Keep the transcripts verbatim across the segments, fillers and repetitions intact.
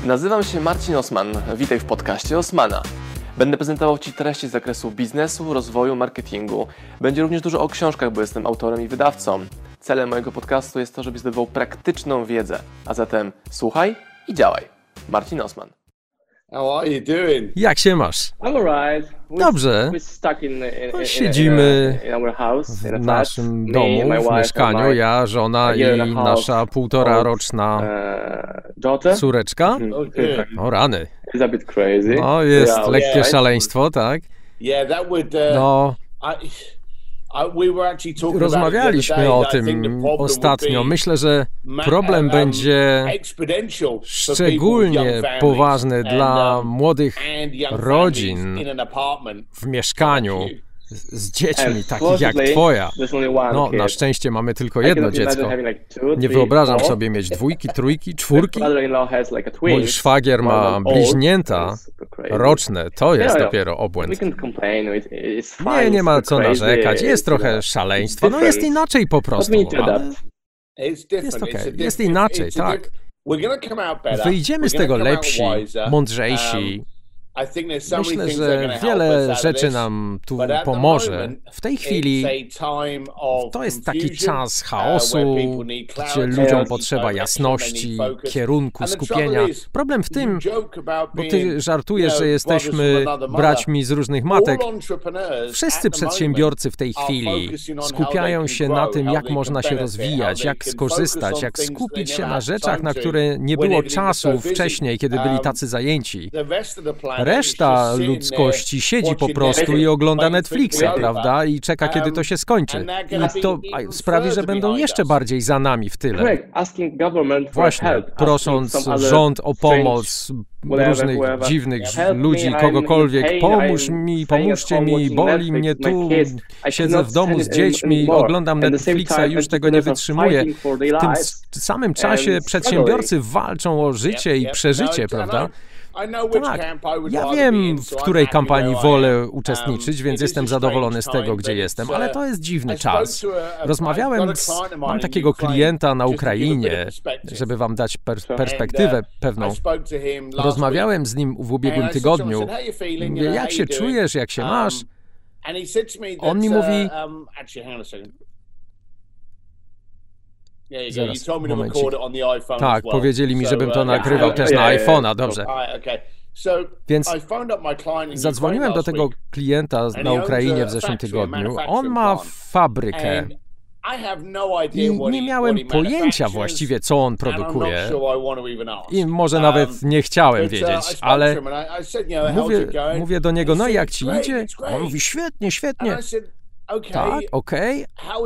Nazywam się Marcin Osman. Witaj w podcaście Osmana. Będę prezentował Ci treści z zakresu biznesu, rozwoju, marketingu. Będzie również dużo o książkach, bo jestem autorem i wydawcą. Celem mojego podcastu jest to, żebyś zdobywał praktyczną wiedzę. A zatem słuchaj i działaj. Marcin Osman. How are you doing? Jak się masz? I'm alright. Dobrze. No, siedzimy w naszym domu, w mieszkaniu, ja, żona i nasza półtora roczna córeczka. O rany. No, jest lekkie szaleństwo, tak? No. Rozmawialiśmy o tym ostatnio. Myślę, że problem będzie szczególnie poważny dla młodych rodzin w mieszkaniu z dziećmi takich jak twoja. No, na szczęście mamy tylko jedno dziecko. Nie wyobrażam sobie mieć dwójki, trójki, czwórki. Mój szwagier ma bliźnięta roczne. To jest dopiero obłęd. Nie, nie ma co narzekać. Jest trochę szaleństwa. No jest inaczej po prostu. Ale jest okej. Okay. Jest inaczej, tak. Wyjdziemy z tego lepsi, mądrzejsi. Myślę, że wiele rzeczy nam tu pomoże. W tej chwili to jest taki czas chaosu, gdzie ludziom potrzeba jasności, kierunku, skupienia. Problem w tym, bo ty żartujesz, że jesteśmy braćmi z różnych matek. Wszyscy przedsiębiorcy w tej chwili skupiają się na tym, jak można się rozwijać, jak skorzystać, jak skupić się na rzeczach, na które nie było czasu wcześniej, kiedy byli tacy zajęci. Reszta ludzkości siedzi po prostu i ogląda Netflixa, prawda? I czeka, kiedy to się skończy. I to sprawi, że będą jeszcze bardziej za nami w tyle. Właśnie, prosząc rząd o pomoc, różnych dziwnych ludzi, kogokolwiek, pomóż mi, pomóżcie mi, boli mnie tu, siedzę w domu z dziećmi, oglądam Netflixa i już tego nie wytrzymuję. W tym samym czasie przedsiębiorcy walczą o życie i przeżycie, prawda? Tak, ja wiem, w której kampanii wolę uczestniczyć, więc jestem zadowolony z tego, gdzie jestem, ale to jest dziwny czas. Rozmawiałem z, mam takiego klienta na Ukrainie, żeby wam dać per, perspektywę pewną. Rozmawiałem z nim w ubiegłym tygodniu. Mówię, jak się czujesz, jak się masz? On mi mówi... Zaraz, momencik. Tak, powiedzieli mi, żebym to nagrywał też na iPhone'a, dobrze. Więc zadzwoniłem do tego klienta na Ukrainie w zeszłym tygodniu. On ma fabrykę i nie miałem pojęcia właściwie, co on produkuje i może nawet nie chciałem wiedzieć, ale mówię, mówię do niego, no i jak ci idzie? On mówi, świetnie, świetnie. Tak, okej.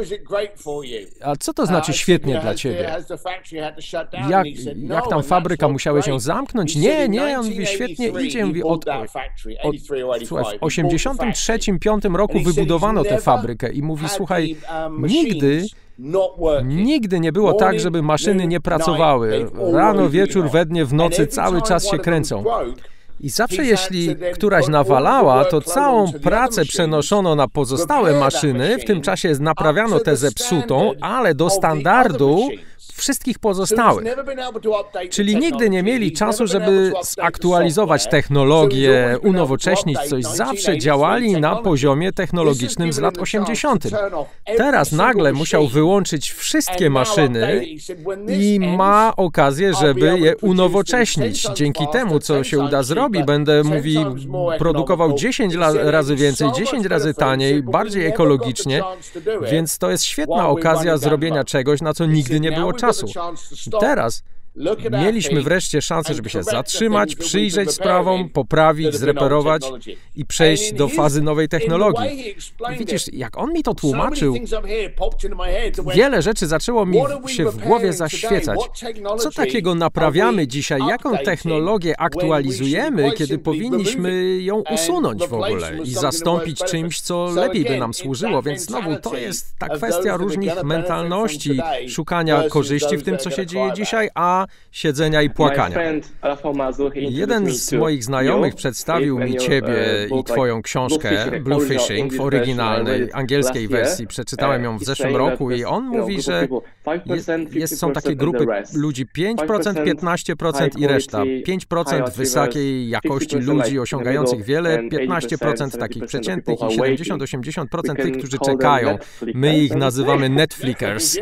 A co to znaczy świetnie dla ciebie? Jak, jak tam fabryka musiała się zamknąć? Nie, nie, on mówi, świetnie idzie. Mówi, od, od, słuchaj, w osiemdziesiątym trzecim, piątym roku wybudowano tę fabrykę i mówi, słuchaj, nigdy, nigdy nie było tak, żeby maszyny nie pracowały. Rano, wieczór, we dnie, w nocy, cały czas się kręcą. I zawsze jeśli któraś nawalała, to całą pracę przenoszono na pozostałe maszyny, w tym czasie naprawiano tę zepsutą, ale do standardu wszystkich pozostałych. Czyli nigdy nie mieli czasu, żeby zaktualizować technologię, unowocześnić coś. Zawsze działali na poziomie technologicznym z lat osiemdziesiątych. Teraz nagle musiał wyłączyć wszystkie maszyny i ma okazję, żeby je unowocześnić. Dzięki temu, co się uda zrobić, będę, mówi, produkował dziesięć razy więcej, dziesięć razy taniej, bardziej ekologicznie, więc to jest świetna okazja zrobienia czegoś, na co nigdy nie było czasu. Teraz mieliśmy wreszcie szansę, żeby się zatrzymać, przyjrzeć sprawom, poprawić, zreperować i przejść do fazy nowej technologii. I widzisz, jak on mi to tłumaczył, wiele rzeczy zaczęło mi się w głowie zaświecać. Co takiego naprawiamy dzisiaj? Jaką technologię aktualizujemy, kiedy powinniśmy ją usunąć w ogóle i zastąpić czymś, co lepiej by nam służyło? Więc znowu to jest ta kwestia różnych mentalności, szukania korzyści w tym, co się dzieje dzisiaj, a dwa siedzenia i płakania. Jeden z moich znajomych przedstawił mi ciebie i twoją książkę Blue Fishing w oryginalnej angielskiej wersji. Przeczytałem ją w zeszłym roku i on mówi, że jest, jest, są takie grupy ludzi pięć procent, piętnaście procent i reszta. pięć procent wysokiej jakości ludzi osiągających wiele, piętnaście procent takich przeciętnych i siedemdziesiąt do osiemdziesięciu procent tych, którzy czekają. My ich nazywamy Netflixers.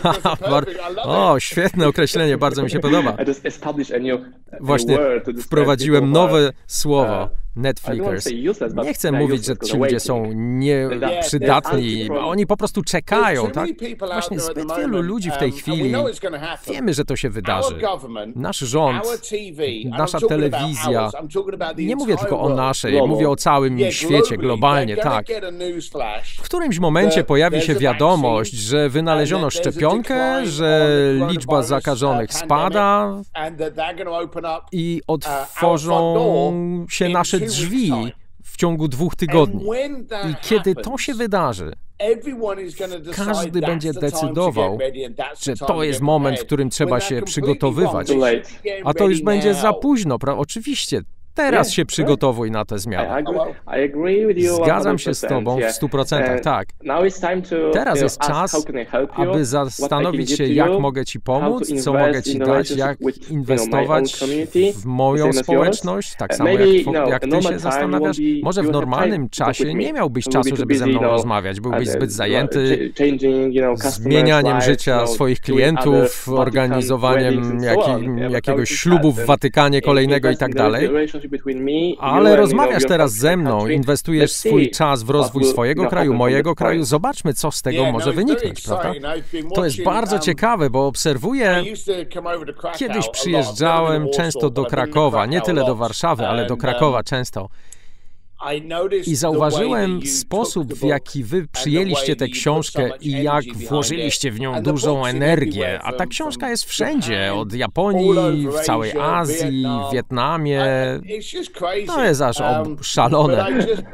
O, świetne określenie, bardzo mi się podoba. Właśnie wprowadziłem nowe słowo. Netflixers. Nie chcę mówić, że ci ludzie są nieprzydatni, bo oni po prostu czekają, tak? Właśnie zbyt wielu ludzi w tej chwili wiemy, że to się wydarzy. Nasz rząd, nasza telewizja, nie mówię tylko o naszej, mówię o całym świecie, globalnie, tak. W którymś momencie pojawi się wiadomość, że wynaleziono szczepionkę, że liczba zakażonych spada i otworzą się nasze drzwi w ciągu dwóch tygodni. I kiedy to się wydarzy, każdy będzie decydował, że to jest moment, w którym trzeba się przygotowywać. A to już będzie za późno, prawda? Oczywiście. Teraz się przygotowuj na te zmiany. Zgadzam się z tobą w stu procentach, tak. Teraz jest czas, aby zastanowić się, jak mogę ci pomóc, co mogę ci dać, jak inwestować w moją społeczność, tak samo jak, jak ty się zastanawiasz. Może w normalnym czasie nie miałbyś czasu, żeby ze mną rozmawiać, byłbyś zbyt zajęty zmienianiem życia swoich klientów, organizowaniem jaki, jakiegoś ślubu w Watykanie kolejnego i tak dalej. Ale rozmawiasz teraz ze mną, inwestujesz swój czas w rozwój swojego kraju, mojego kraju. Zobaczmy, co z tego może wyniknąć, prawda? To jest bardzo ciekawe, bo obserwuję, kiedyś przyjeżdżałem często do Krakowa, nie tyle do Warszawy, ale do Krakowa często. I zauważyłem sposób, w jaki wy przyjęliście tę książkę i jak włożyliście w nią dużą energię. A ta książka jest wszędzie, od Japonii, w całej Azji, w Wietnamie. To jest aż szalone.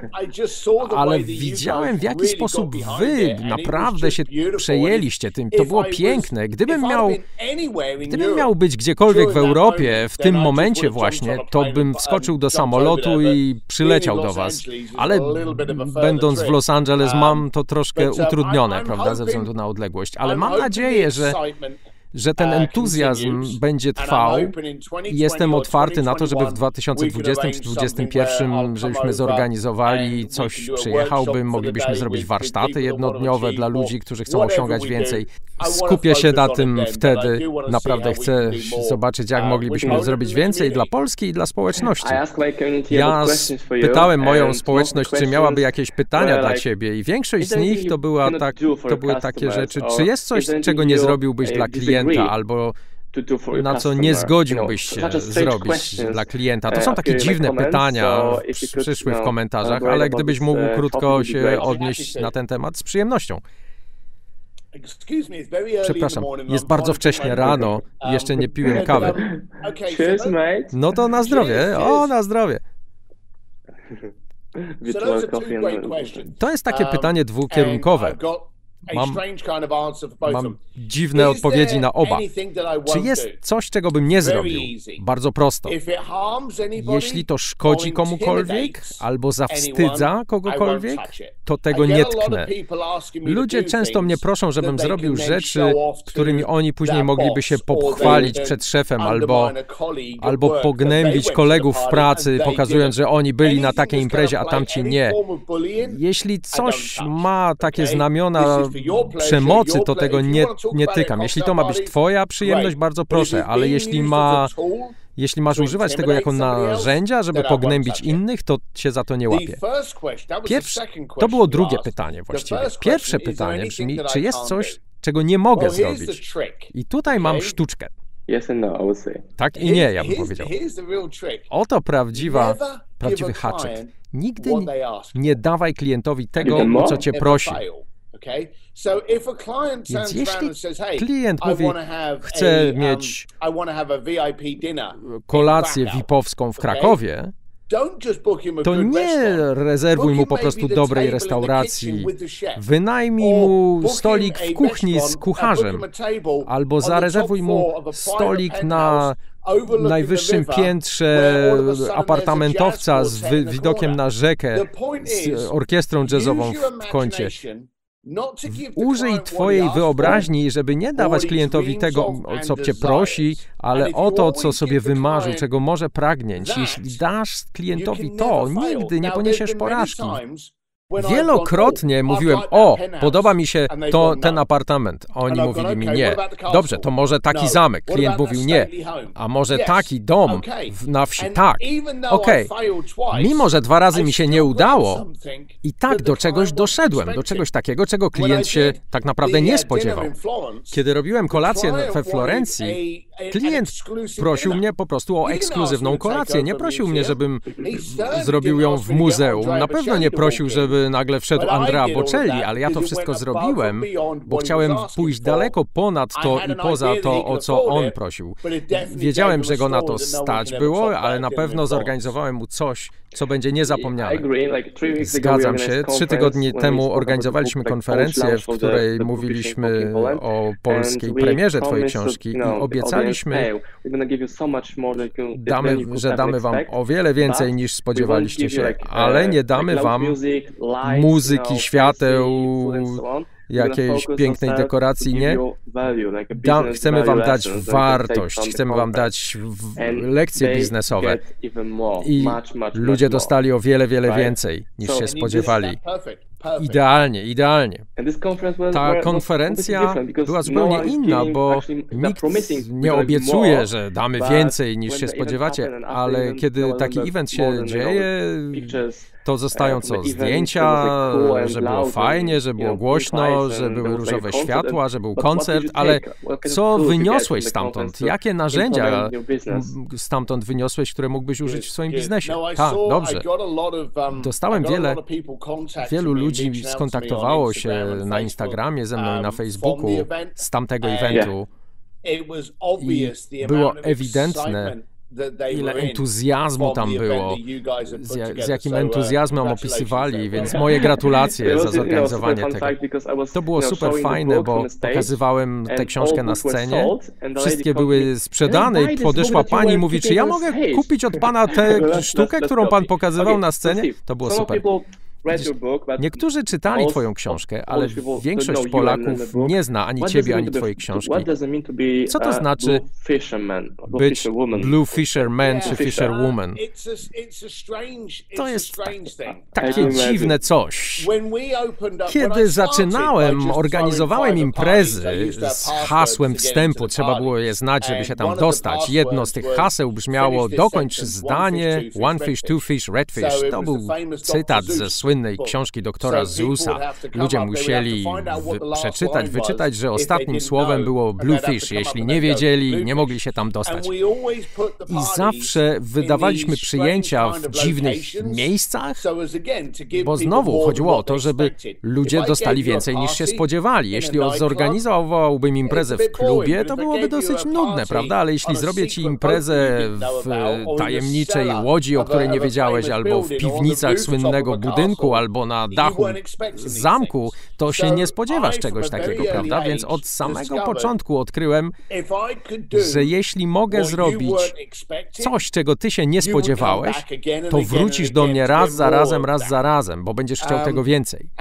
Ale widziałem, w jaki sposób wy naprawdę się przejęliście tym. To było piękne. Gdybym miał, gdybym miał być gdziekolwiek w Europie w tym momencie właśnie, to bym wskoczył do samolotu i przyleciał do was. Ale będąc w Los Angeles mam to troszkę utrudnione, prawda, ze względu na odległość. Ale mam nadzieję, że że ten entuzjazm będzie trwał i jestem otwarty na to, żeby w dwa tysiące dwudziestym czy dwa tysiące dwudziestym pierwszym żebyśmy zorganizowali coś, przyjechałbym, moglibyśmy zrobić warsztaty jednodniowe dla ludzi, którzy chcą osiągać więcej. Skupię się na tym wtedy. Naprawdę chcę zobaczyć, jak moglibyśmy zrobić więcej dla Polski i dla społeczności. Ja pytałem moją społeczność, czy miałaby jakieś pytania dla ciebie i większość z nich to, była tak, to były takie rzeczy, czy jest coś, czego nie zrobiłbyś dla klienta, albo na co nie zgodziłbyś się zrobić dla klienta. To są takie dziwne pytania, przyszły w komentarzach, ale gdybyś mógł krótko się odnieść na ten temat, z przyjemnością. Przepraszam, jest bardzo wcześnie rano, jeszcze nie piłem kawy. No to na zdrowie, o na zdrowie. To jest takie pytanie dwukierunkowe. Mam, mam dziwne odpowiedzi na oba. Czy jest coś, czego bym nie zrobił? Bardzo prosto. Jeśli to szkodzi komukolwiek albo zawstydza kogokolwiek, to tego nie tknę. Ludzie często mnie proszą, żebym zrobił rzeczy, którymi oni później mogliby się pochwalić przed szefem albo, albo pognębić kolegów w pracy, pokazując, że oni byli na takiej imprezie, a tamci nie. Jeśli coś ma takie znamiona przemocy, to tego nie, nie tykam. Jeśli to ma być twoja przyjemność, bardzo proszę, ale jeśli ma, jeśli masz używać tego jako narzędzia, żeby pognębić innych, to się za to nie łapię. Pierwsze, to było drugie pytanie właściwie. Pierwsze pytanie brzmi, czy jest coś, czego nie mogę zrobić? I tutaj mam sztuczkę. Tak i nie, ja bym powiedział. Oto prawdziwa, prawdziwy haczyk. Nigdy nie dawaj klientowi tego, o co cię prosi. Więc jeśli klient mówi, chcę mieć kolację V I P-owską w Krakowie, to nie rezerwuj mu po prostu dobrej restauracji. Wynajmij mu stolik w kuchni z kucharzem. Albo zarezerwuj mu stolik na najwyższym piętrze apartamentowca z widokiem na rzekę, z orkiestrą jazzową w kącie. Użyj twojej wyobraźni, żeby nie dawać klientowi tego, o co cię prosi, ale o to, co sobie wymarzył, czego może pragnieć. Jeśli dasz klientowi to, nigdy nie poniesiesz porażki. Wielokrotnie mówiłem, o, podoba mi się to, ten apartament. Oni mówili mi nie. Dobrze, to może taki zamek. Klient mówił nie. A może taki dom na wsi? Tak. Okej. Okay. Mimo, że dwa razy mi się nie udało, i tak do czegoś doszedłem. Do czegoś takiego, czego klient się tak naprawdę nie spodziewał. Kiedy robiłem kolację we Florencji, klient prosił mnie po prostu o ekskluzywną kolację. Nie prosił mnie, żebym zrobił ją w muzeum. Na pewno nie prosił, żeby nagle wszedł Andrea Bocelli, ale ja to wszystko zrobiłem, bo chciałem pójść daleko ponad to i poza to, o co on prosił. Wiedziałem, że go na to stać było, ale na pewno zorganizowałem mu coś, co będzie niezapomniane. Zgadzam się. Trzy tygodnie temu organizowaliśmy konferencję, w której mówiliśmy o polskiej premierze twojej książki i obiecaliśmy, damy, że damy wam o wiele więcej niż spodziewaliście się, ale nie damy wam muzyki, świateł, jakiejś pięknej dekoracji, nie. Da, chcemy wam dać wartość, chcemy wam dać lekcje biznesowe i ludzie dostali o wiele, wiele więcej niż się spodziewali. Idealnie, idealnie. Ta konferencja była zupełnie inna, bo nikt nie obiecuje, że damy więcej niż się spodziewacie, ale kiedy taki event się dzieje, to zostają co? Zdjęcia, że było fajnie, że było głośno, że były różowe światła, że był koncert, ale co wyniosłeś stamtąd? Jakie narzędzia stamtąd wyniosłeś, które mógłbyś użyć w swoim biznesie? Tak, dobrze. Dostałem wiele, wielu ludzi skontaktowało się na Instagramie ze mną i na Facebooku z tamtego eventu i było ewidentne, ile entuzjazmu tam było, z, z jakim entuzjazmem opisywali, więc moje gratulacje za zorganizowanie tego. To było super fajne, bo pokazywałem tę książkę na scenie, wszystkie były sprzedane i podeszła pani i mówi, czy ja mogę kupić od pana tę sztukę, którą pan pokazywał na scenie? To było super. Niektórzy czytali twoją książkę, ale większość Polaków nie zna ani ciebie, ani twojej książki. Co to znaczy być Blue Fisherman czy Fisherwoman? To jest takie dziwne coś. Kiedy zaczynałem, organizowałem imprezy z hasłem wstępu, trzeba było je znać, żeby się tam dostać. Jedno z tych haseł brzmiało dokończ zdanie one fish, two fish, red fish. To był cytat ze słynnej książki doktora Zeusa. Ludzie musieli wy przeczytać, wyczytać, że ostatnim słowem było bluefish. Jeśli nie wiedzieli, nie mogli się tam dostać. I zawsze wydawaliśmy przyjęcia w dziwnych miejscach, bo znowu chodziło o to, żeby ludzie dostali więcej niż się spodziewali. Jeśli zorganizowałbym imprezę w klubie, to byłoby dosyć nudne, prawda? Ale jeśli zrobię ci imprezę w tajemniczej łodzi, o której nie wiedziałeś, albo w piwnicach słynnego budynku, albo na dachu zamku, to się nie spodziewasz czegoś takiego, prawda? Więc od samego początku odkryłem, że jeśli mogę zrobić coś, czego ty się nie spodziewałeś, to wrócisz do mnie raz za razem, raz za razem, bo będziesz chciał tego więcej.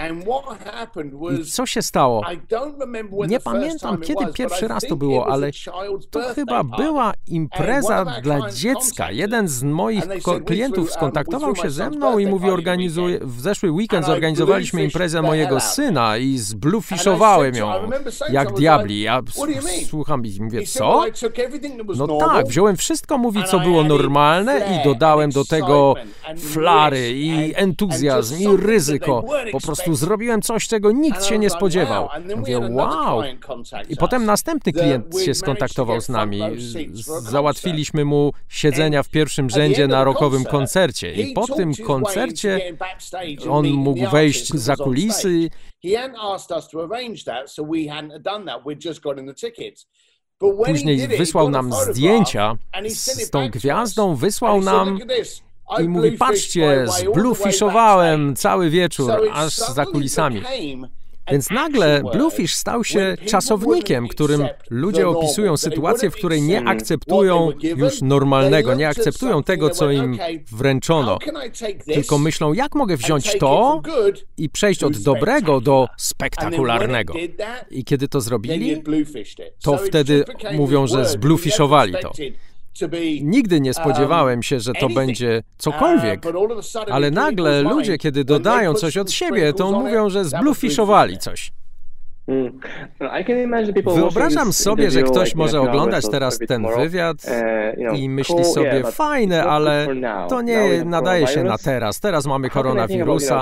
I co się stało? Nie pamiętam, kiedy pierwszy raz to było, ale to chyba była impreza dla dziecka. Jeden z moich klientów skontaktował się ze mną i mówi, organizuje, w zeszły weekend zorganizowaliśmy imprezę mojego syna i zbluefishowałem ją jak diabli. Ja słucham i mówię, co? No tak, wziąłem wszystko, mówi, co było normalne i dodałem do tego flary i entuzjazm i ryzyko. Po prostu zrobiłem coś, czego nikt się nie spodziewał. Mówię, wow. I potem następny klient się skontaktował z nami. Załatwiliśmy mu siedzenia w pierwszym rzędzie na rockowym koncercie. I po tym koncercie on mógł wejść za kulisy. Później wysłał nam zdjęcia z tą gwiazdą, wysłał nam I mówi, patrzcie, zbluefishowałem cały wieczór, aż za kulisami. Więc nagle Bluefish stał się czasownikiem, którym ludzie opisują sytuację, w której nie akceptują już normalnego, nie akceptują tego, co im wręczono, tylko myślą, jak mogę wziąć to i przejść od dobrego do spektakularnego. I kiedy to zrobili, to wtedy mówią, że zbluefishowali to. Nigdy nie spodziewałem się, że to będzie cokolwiek, ale nagle ludzie, kiedy dodają coś od siebie, to mówią, że zbluefishowali coś. Wyobrażam sobie, że ktoś może oglądać teraz ten wywiad i myśli sobie, fajne, ale to nie nadaje się na teraz. Teraz mamy koronawirusa.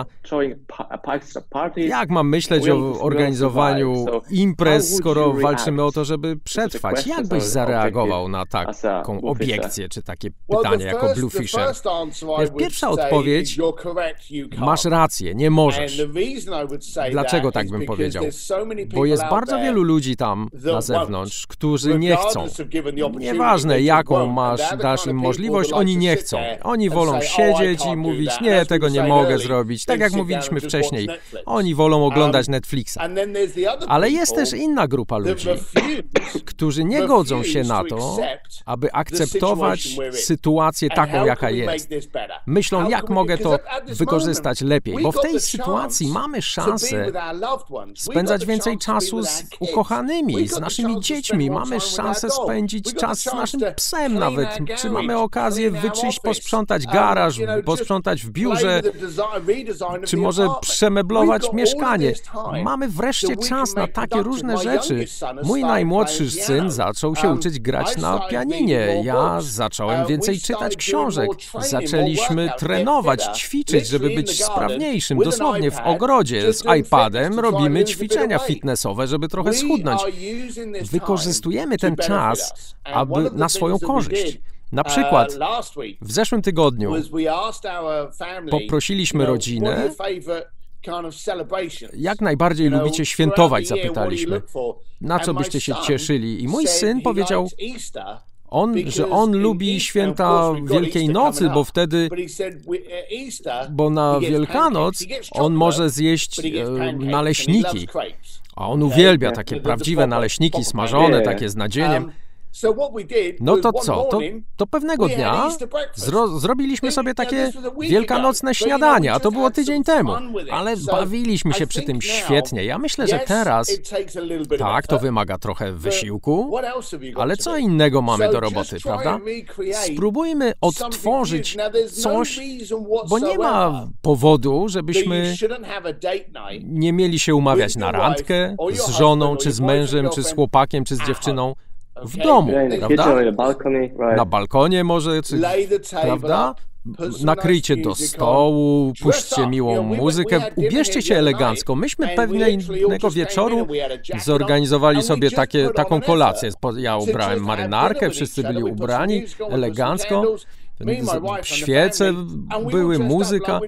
Jak mam myśleć o organizowaniu imprez, skoro walczymy o to, żeby przetrwać? Jak byś zareagował na taką obiekcję, czy takie pytanie jako Bluefisher? Pierwsza odpowiedź, masz rację, nie możesz. Dlaczego tak bym powiedział? Bo jest bardzo wielu ludzi tam na zewnątrz, którzy nie chcą. Nieważne, jaką masz, dasz im możliwość, oni nie chcą. Oni wolą siedzieć i mówić, nie, tego nie mogę zrobić. Tak jak mówiliśmy wcześniej, oni wolą oglądać Netflixa. Ale jest też inna grupa ludzi, którzy nie godzą się na to, aby akceptować sytuację taką, jaka jest. Myślą, jak mogę to wykorzystać lepiej, bo w tej sytuacji mamy szansę spędzać więcej czasu z ukochanymi, z naszymi dziećmi. Mamy szansę spędzić czas z naszym psem nawet. Czy mamy okazję wyczyść, posprzątać garaż, posprzątać w biurze, czy może przemeblować mieszkanie. Mamy wreszcie czas na takie różne rzeczy. Mój najmłodszy syn zaczął się uczyć grać na pianinie. Ja zacząłem więcej czytać książek. Zaczęliśmy trenować, ćwiczyć, żeby być sprawniejszym. Dosłownie w ogrodzie z iPadem robimy ćwiczenia fitnessowe, żeby trochę schudnąć. Wykorzystujemy ten czas, aby na swoją korzyść. Na przykład w zeszłym tygodniu poprosiliśmy rodzinę, jak najbardziej lubicie świętować, zapytaliśmy. Na co byście się cieszyli? I mój syn powiedział, On, że on lubi święta Wielkiej Nocy, bo wtedy, bo na Wielkanoc on może zjeść e, naleśniki. A on uwielbia takie prawdziwe naleśniki smażone, takie z nadzieniem. No to co? To, to pewnego dnia zro, zrobiliśmy sobie takie wielkanocne śniadanie, a to było tydzień temu. Ale bawiliśmy się przy tym świetnie. Ja myślę, że teraz tak, to wymaga trochę wysiłku, ale co innego mamy do roboty, prawda? Spróbujmy odtworzyć coś, bo nie ma powodu, żebyśmy nie mieli się umawiać na randkę z żoną, czy z mężem, czy z chłopakiem, czy z dziewczyną. W domu, prawda? Na balkonie może, czy, prawda? Nakryjcie do stołu, puśćcie miłą muzykę, ubierzcie się elegancko. Myśmy pewnego wieczoru zorganizowali sobie takie, taką kolację. Ja ubrałem marynarkę, wszyscy byli ubrani elegancko. Świece były, muzyka.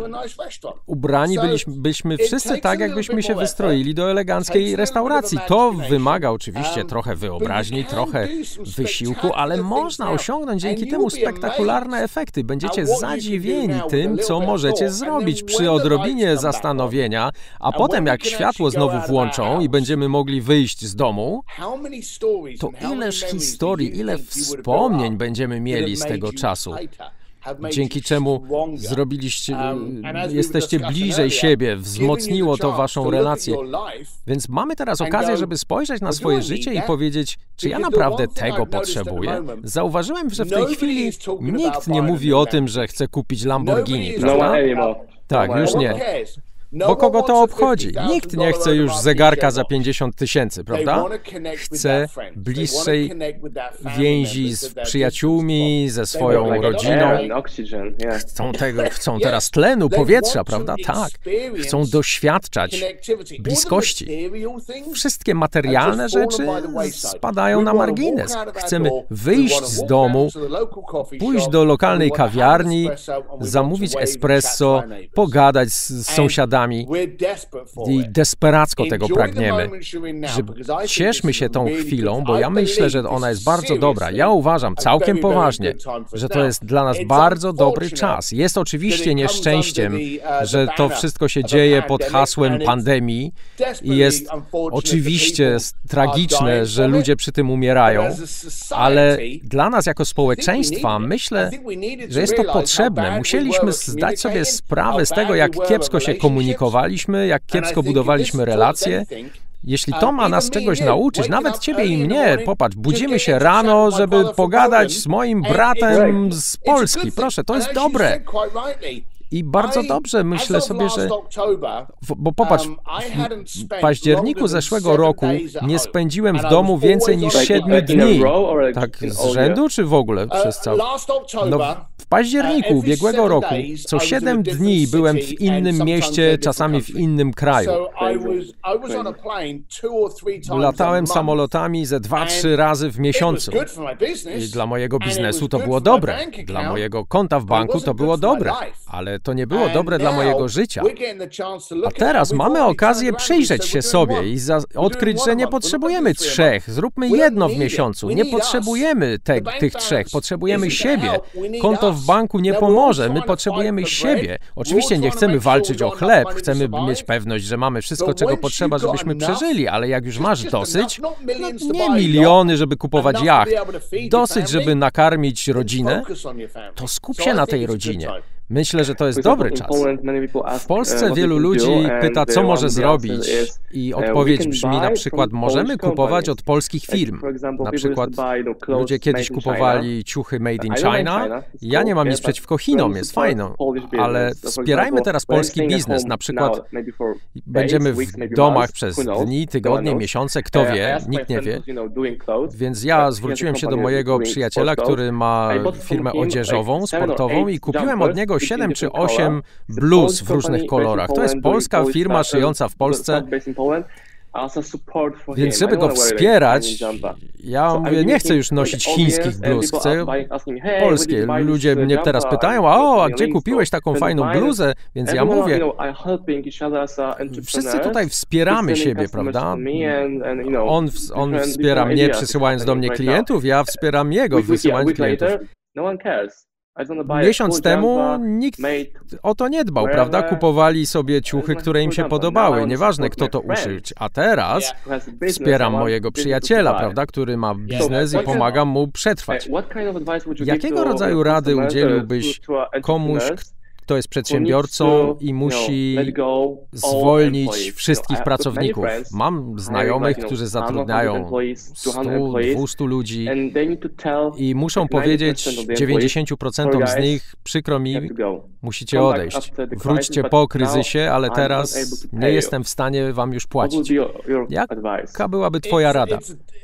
Ubrani byliśmy, byliśmy wszyscy tak, jakbyśmy się wystroili do eleganckiej restauracji. To wymaga oczywiście trochę wyobraźni, trochę wysiłku, ale można osiągnąć dzięki temu spektakularne efekty. Będziecie zadziwieni tym, co możecie zrobić przy odrobinie zastanowienia, a potem jak światło znowu włączą i będziemy mogli wyjść z domu, to ileż historii, ile wspomnień będziemy mieli z tego czasu. Dzięki czemu zrobiliście, jesteście bliżej siebie, wzmocniło to waszą relację. Więc mamy teraz okazję, żeby spojrzeć na swoje życie i powiedzieć, czy ja naprawdę tego potrzebuję? Zauważyłem, że w tej chwili nikt nie mówi o tym, że chce kupić Lamborghini, prawda? Tak, już nie. Bo kogo to obchodzi? Nikt nie chce już zegarka za pięćdziesiąt tysięcy, prawda? Chce bliższej więzi z przyjaciółmi, ze swoją rodziną. Chcą, tego, chcą teraz tlenu, powietrza, prawda? Tak. Chcą doświadczać bliskości. Wszystkie materialne rzeczy spadają na margines. Chcemy wyjść z domu, pójść do lokalnej kawiarni, zamówić espresso, pogadać z sąsiadami, klientami i desperacko tego pragniemy. Że cieszmy się tą chwilą, bo ja myślę, że ona jest bardzo dobra. Ja uważam całkiem poważnie, że to jest dla nas bardzo dobry czas. Jest oczywiście nieszczęściem, że to wszystko się dzieje pod hasłem pandemii i jest oczywiście tragiczne, że ludzie przy tym umierają, ale dla nas jako społeczeństwa myślę, że jest to potrzebne. Musieliśmy zdać sobie sprawę z tego, jak kiepsko się komunikowaliśmy, jak kiepsko budowaliśmy relacje. Jeśli to ma nas czegoś nauczyć, nawet ciebie i mnie, popatrz, budzimy się rano, żeby pogadać z moim bratem z Polski. Proszę, to jest dobre. I bardzo dobrze myślę sobie, że... Bo popatrz, w październiku zeszłego roku nie spędziłem w domu więcej niż siedmiu dni. Tak z rzędu, czy w ogóle przez cały... No, w październiku ubiegłego roku co siedem dni byłem w innym mieście, czasami w innym kraju. Latałem samolotami ze dwa, trzy razy w miesiącu. I dla mojego biznesu to było dobre. Dla mojego konta w banku to było dobre. Ale to nie było dobre dla mojego życia. A teraz mamy okazję przyjrzeć się sobie i za- odkryć, że nie potrzebujemy trzech. Zróbmy jedno w miesiącu. Nie potrzebujemy te, tych trzech. Potrzebujemy siebie. Konto w banku nie pomoże. My potrzebujemy siebie. Oczywiście nie chcemy walczyć o chleb. Chcemy mieć pewność, że mamy wszystko, czego potrzeba, żebyśmy przeżyli. Ale jak już masz dosyć, no nie miliony, żeby kupować jacht. Dosyć, żeby nakarmić rodzinę, to skup się na tej rodzinie. Myślę, że to jest dobry czas. W Polsce wielu ludzi pyta, co może zrobić i odpowiedź brzmi na przykład, możemy kupować od polskich firm. Na przykład ludzie kiedyś kupowali ciuchy made in China. Ja nie mam nic przeciwko Chinom, jest fajne, ale wspierajmy teraz polski biznes. Na przykład będziemy w domach przez dni, tygodnie, miesiące, kto wie, nikt nie wie. Więc ja zwróciłem się do mojego przyjaciela, który ma firmę odzieżową, sportową i kupiłem od niego siedem czy osiem bluz w różnych kolorach. To jest polska firma szyjąca w Polsce. Więc żeby go wspierać, ja mówię, nie chcę już nosić chińskich bluz, chcę polskie. Ludzie mnie teraz pytają, o, a gdzie kupiłeś taką fajną bluzę? Więc ja mówię, wszyscy tutaj wspieramy siebie, prawda? On, on wspiera mnie, przysyłając do mnie klientów, ja wspieram jego, wysyłając klientów. Miesiąc temu nikt o to nie dbał, prawda? Kupowali sobie ciuchy, które im się podobały, nieważne kto to uszył. A teraz wspieram mojego przyjaciela, prawda, który ma biznes i pomagam mu przetrwać. Jakiego rodzaju rady udzieliłbyś komuś, kto jest przedsiębiorcą i musi zwolnić wszystkich pracowników? Mam znajomych, którzy zatrudniają sto, dwieście ludzi i muszą powiedzieć dziewięćdziesiąt procent z nich, przykro mi, musicie odejść. Wróćcie po kryzysie, ale teraz nie jestem w stanie wam już płacić. Jaka byłaby twoja rada?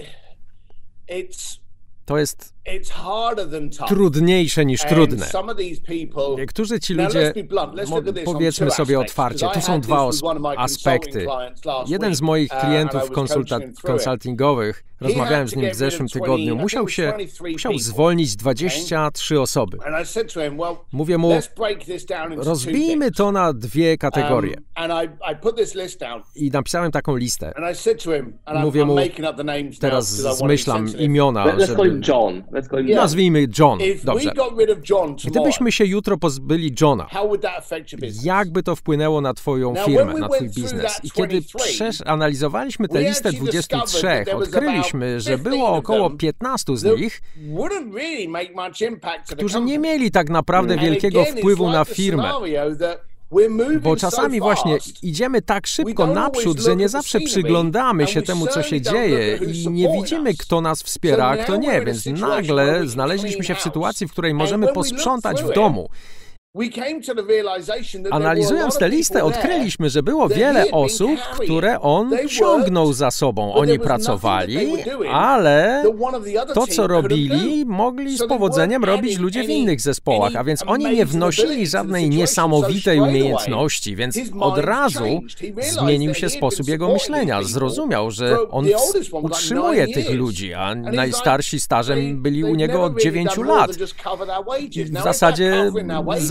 To jest trudniejsze niż trudne. Niektórzy ci ludzie, powiedzmy sobie otwarcie, tu są dwa aspekty. Jeden z moich klientów konsultingowych, rozmawiałem z nim w zeszłym tygodniu, musiał się, musiał zwolnić dwadzieścia trzy osoby. Mówię mu, rozbijmy to na dwie kategorie. I napisałem taką listę. Mówię mu, teraz zmyślam imiona, żeby... Nazwijmy John. Dobrze. Gdybyśmy się jutro pozbyli Johna, jak by to wpłynęło na twoją firmę, na twój biznes? I kiedy przeanalizowaliśmy tę listę dwudziestu trzech, odkryliśmy, że było około piętnastu z nich, którzy nie mieli tak naprawdę wielkiego wpływu na firmę. Bo czasami właśnie idziemy tak szybko naprzód, że nie zawsze przyglądamy się temu, co się dzieje i nie widzimy, kto nas wspiera, a kto nie, więc nagle znaleźliśmy się w sytuacji, w której możemy posprzątać w domu. Analizując tę listę, odkryliśmy, że było wiele osób, które on ciągnął za sobą. Oni pracowali, ale to, co robili, mogli z powodzeniem robić ludzie w innych zespołach, a więc oni nie wnosili żadnej niesamowitej umiejętności, więc od razu zmienił się sposób jego myślenia. Zrozumiał, że on utrzymuje tych ludzi, a najstarsi stażem byli u niego od dziewięciu lat. W zasadzie za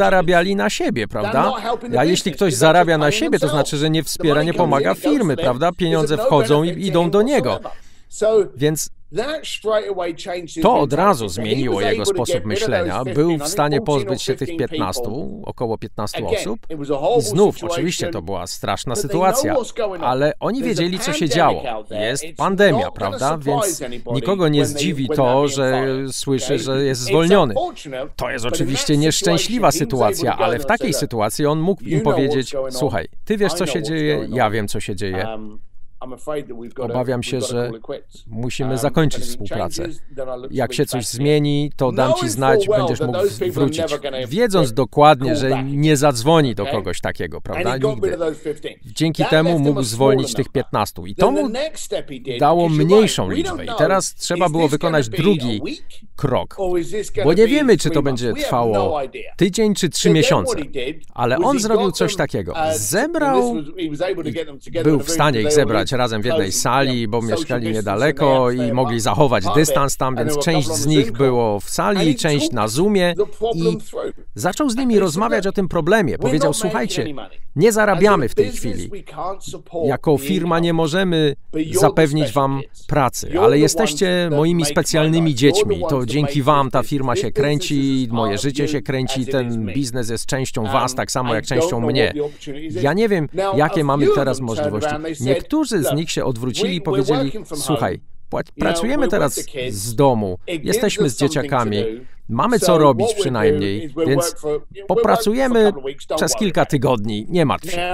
zarabiali na siebie, prawda? A jeśli ktoś zarabia na siebie, to znaczy, że nie wspiera, nie pomaga firmy, prawda? Pieniądze wchodzą i idą do niego. Więc to od razu zmieniło jego sposób myślenia. Był w stanie pozbyć się tych piętnastu, około piętnastu osób. I znów, oczywiście, to była straszna sytuacja, ale oni wiedzieli, co się działo. Jest pandemia, prawda? Więc nikogo nie zdziwi to, że słyszy, że jest zwolniony. To jest oczywiście nieszczęśliwa sytuacja, ale w takiej sytuacji on mógł im powiedzieć: słuchaj, ty wiesz, co się dzieje, ja wiem, co się dzieje. Obawiam się, że musimy zakończyć współpracę. Jak się coś zmieni, to dam ci znać, będziesz mógł wrócić. Wiedząc dokładnie, że nie zadzwoni do kogoś takiego, prawda? Nigdy. Dzięki temu mógł zwolnić tych piętnastu. I to mu dało mniejszą liczbę. I teraz trzeba było wykonać drugi krok. Bo nie wiemy, czy to będzie trwało tydzień czy trzy miesiące. Ale on zrobił coś takiego. Zebrał, był w stanie ich zebrać razem w jednej sali, bo mieszkali niedaleko i mogli zachować dystans tam, więc część z nich było w sali, część na Zoomie i zaczął z nimi rozmawiać o tym problemie. Powiedział: słuchajcie, nie zarabiamy w tej chwili. Jako firma nie możemy zapewnić wam pracy, ale jesteście moimi specjalnymi dziećmi. To dzięki wam ta firma się kręci, moje życie się kręci, ten biznes jest częścią was, tak samo jak częścią mnie. Ja nie wiem, jakie mamy teraz możliwości. Niektórzy z nich się odwrócili i powiedzieli: słuchaj, pracujemy teraz z domu, jesteśmy z dzieciakami, mamy co robić przynajmniej, więc popracujemy przez kilka tygodni, nie martw się.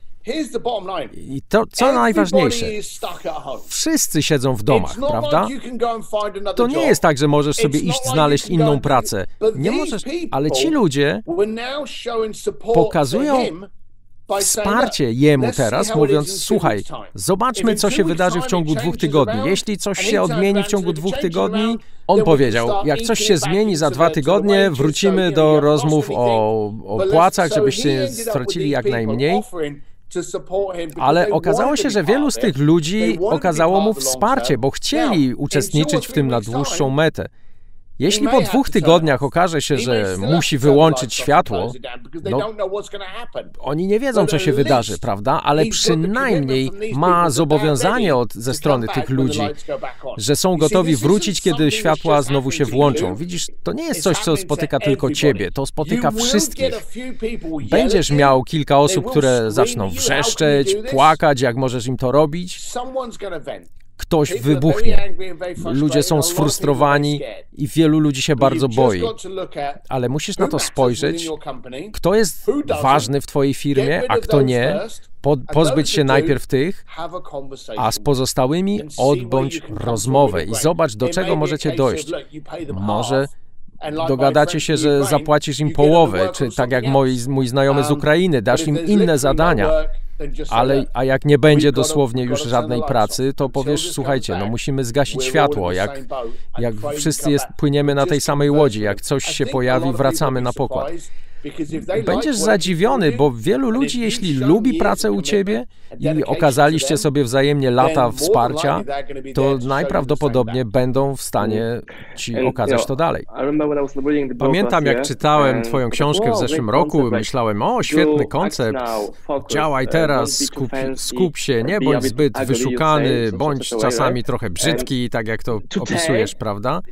I to, co najważniejsze, wszyscy siedzą w domach, prawda? To nie jest tak, że możesz sobie iść znaleźć inną pracę. Nie możesz, ale ci ludzie pokazują wsparcie jemu teraz, mówiąc: słuchaj, zobaczmy, co się wydarzy w ciągu dwóch tygodni. Jeśli coś się odmieni w ciągu dwóch tygodni, on powiedział, jak coś się zmieni za dwa tygodnie, wrócimy do rozmów o, o płacach, żebyście stracili jak najmniej. Ale okazało się, że wielu z tych ludzi okazało mu wsparcie, bo chcieli uczestniczyć w tym na dłuższą metę. Jeśli po dwóch tygodniach okaże się, że musi wyłączyć światło, no, oni nie wiedzą, co się wydarzy, prawda? Ale przynajmniej ma zobowiązanie od, ze strony tych ludzi, że są gotowi wrócić, kiedy światła znowu się włączą. Widzisz, to nie jest coś, co spotyka tylko ciebie, to spotyka wszystkich. Będziesz miał kilka osób, które zaczną wrzeszczeć, płakać, jak możesz im to robić. Ktoś wybuchnie. Ludzie są sfrustrowani i wielu ludzi się bardzo boi. Ale musisz na to spojrzeć, kto jest ważny w twojej firmie, a kto nie. Po, pozbyć się najpierw tych, a z pozostałymi odbądź rozmowę i zobacz, do czego możecie dojść. Może dogadacie się, że zapłacisz im połowę, czy tak jak moi, mój znajomy z Ukrainy, dasz im inne zadania. Ale, a jak nie będzie dosłownie już żadnej pracy, to powiesz: słuchajcie, no musimy zgasić światło, jak, jak wszyscy jest, płyniemy na tej samej łodzi, jak coś się pojawi, wracamy na pokład. Będziesz zadziwiony, bo wielu ludzi, jeśli lubi pracę u ciebie i okazaliście sobie wzajemnie lata wsparcia, to najprawdopodobniej będą w stanie ci okazać to dalej. Pamiętam, jak czytałem twoją książkę w zeszłym roku, myślałem: o, świetny koncept, działaj teraz, skup, skup się, nie bądź zbyt wyszukany, bądź czasami trochę brzydki, tak jak to opisujesz, prawda?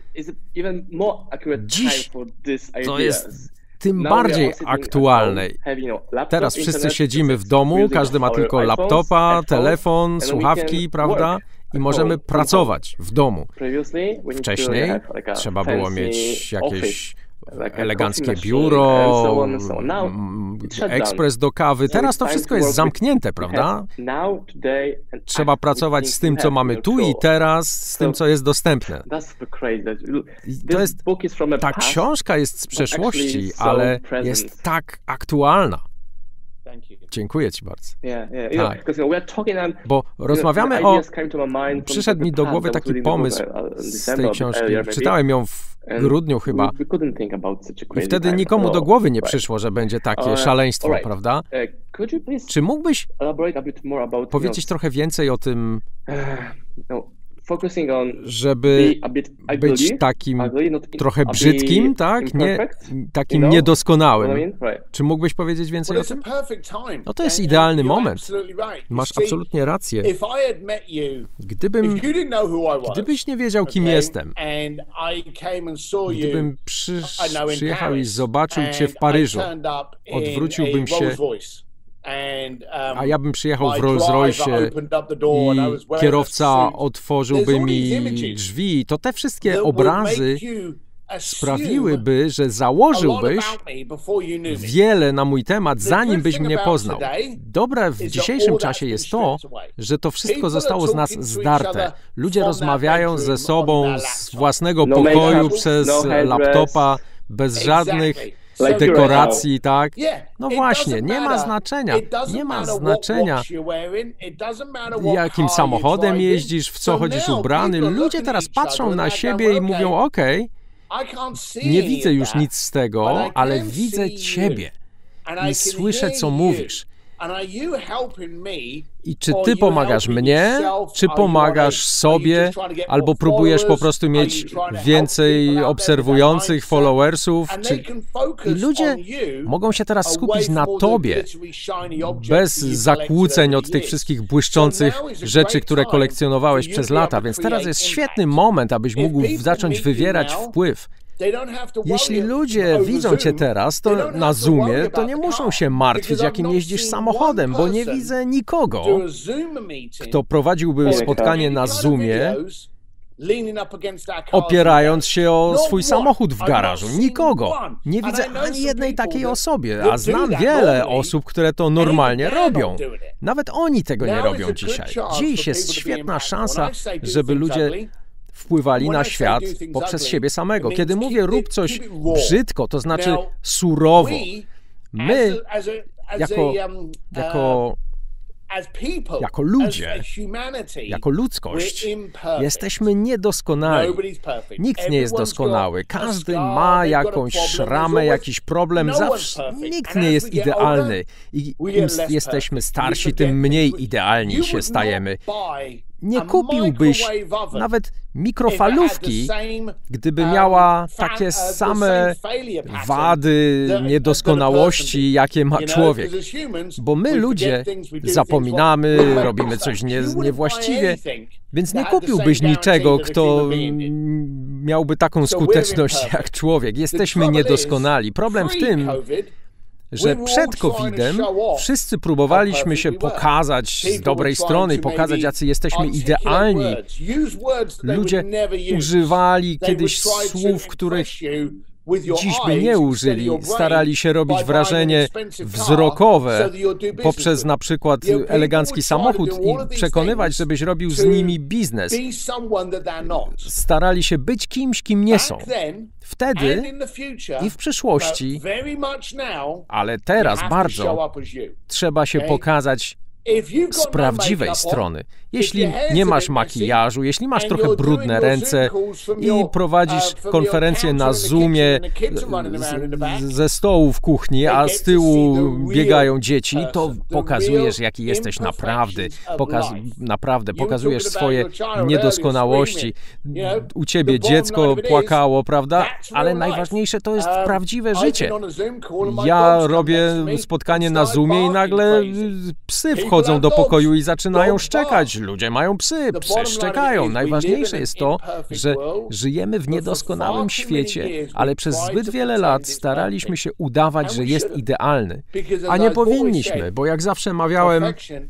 Dziś to jest tym bardziej aktualne. Teraz wszyscy siedzimy w domu, każdy ma tylko laptopa, telefon, słuchawki, prawda? I możemy pracować w domu. Wcześniej trzeba było mieć jakieś eleganckie biuro, ekspres do kawy. Teraz to wszystko jest zamknięte, prawda? Trzeba pracować z tym, co mamy tu i teraz, z tym, co jest dostępne. To jest, ta książka jest z przeszłości, ale jest tak aktualna. Dziękuję ci bardzo. Tak. Bo rozmawiamy o... Przyszedł mi do głowy taki pomysł z tej książki. Czytałem ją w grudniu chyba. I wtedy nikomu do głowy nie przyszło, że będzie takie szaleństwo, prawda? Czy mógłbyś powiedzieć trochę więcej o tym, żeby być takim trochę brzydkim, tak? Nie, takim niedoskonałym. Czy mógłbyś powiedzieć więcej o tym? No to jest idealny moment. Masz absolutnie rację. Gdybym, gdybyś nie wiedział, kim jestem, gdybym przy, przyjechał i zobaczył cię w Paryżu, odwróciłbym się, a ja bym przyjechał w Rolls Royce i kierowca otworzyłby mi drzwi, to te wszystkie obrazy sprawiłyby, że założyłbyś wiele na mój temat, zanim byś mnie poznał. Dobre w dzisiejszym czasie jest to, że to wszystko zostało z nas zdarte. Ludzie rozmawiają ze sobą z własnego pokoju przez laptopa, bez żadnych dekoracji, tak? No właśnie, nie ma znaczenia. Nie ma znaczenia, jakim samochodem jeździsz, w co chodzisz ubrany. Ludzie teraz patrzą na siebie i mówią, okej, nie widzę już nic z tego, ale widzę ciebie i słyszę, co mówisz. I czy ty pomagasz mnie, czy pomagasz sobie, albo próbujesz po prostu mieć więcej obserwujących, followersów? Czy... I ludzie mogą się teraz skupić na tobie, bez zakłóceń od tych wszystkich błyszczących rzeczy, które kolekcjonowałeś przez lata. Więc teraz jest świetny moment, abyś mógł zacząć wywierać wpływ. Jeśli ludzie widzą cię teraz, to na Zoomie, to nie muszą się martwić, jakim jeździsz samochodem, bo nie widzę nikogo, kto prowadziłby spotkanie na Zoomie, opierając się o swój samochód w garażu. Nikogo. Nie widzę ani jednej takiej osobie, a znam wiele osób, które to normalnie robią. Nawet oni tego nie robią dzisiaj. Dziś jest świetna szansa, żeby ludzie wpływali na świat poprzez siebie samego. Kiedy mówię rób coś brzydko, to znaczy surowo. My, jako, jako, jako ludzie, jako ludzkość, jesteśmy niedoskonali. Nikt nie jest doskonały. Każdy ma jakąś szramę, jakiś problem. Zawsze nikt nie jest idealny. I im jesteśmy starsi, tym mniej idealni się stajemy. Nie kupiłbyś nawet mikrofalówki, gdyby miała takie same wady, niedoskonałości, jakie ma człowiek. Bo my ludzie zapominamy, robimy coś nie, niewłaściwie, więc nie kupiłbyś niczego, kto miałby taką skuteczność jak człowiek. Jesteśmy niedoskonali. Problem w tym, że przed kowidem wszyscy próbowaliśmy się pokazać z dobrej strony i pokazać, jacy jesteśmy idealni. Ludzie używali kiedyś słów, których dziś by nie użyli. Starali się robić wrażenie wzrokowe poprzez na przykład elegancki samochód i przekonywać, żebyś robił z nimi biznes. Starali się być kimś, kim nie są. Wtedy i w przyszłości, ale teraz bardzo, trzeba się pokazać z prawdziwej strony. Jeśli nie masz makijażu, jeśli masz trochę brudne ręce i prowadzisz konferencję na Zoomie ze stołu w kuchni, a z tyłu biegają dzieci, to pokazujesz, jaki jesteś naprawdę. Pokaz naprawdę pokazujesz swoje niedoskonałości. U ciebie dziecko płakało, prawda? Ale najważniejsze to jest prawdziwe życie. Ja robię spotkanie na Zoomie i nagle psy wchodzą do pokoju i zaczynają szczekać. Ludzie mają psy, psy szczekają. Najważniejsze jest to, że żyjemy w niedoskonałym świecie, ale przez zbyt wiele lat staraliśmy się udawać, że jest idealny. A nie powinniśmy, bo jak zawsze mawiałem,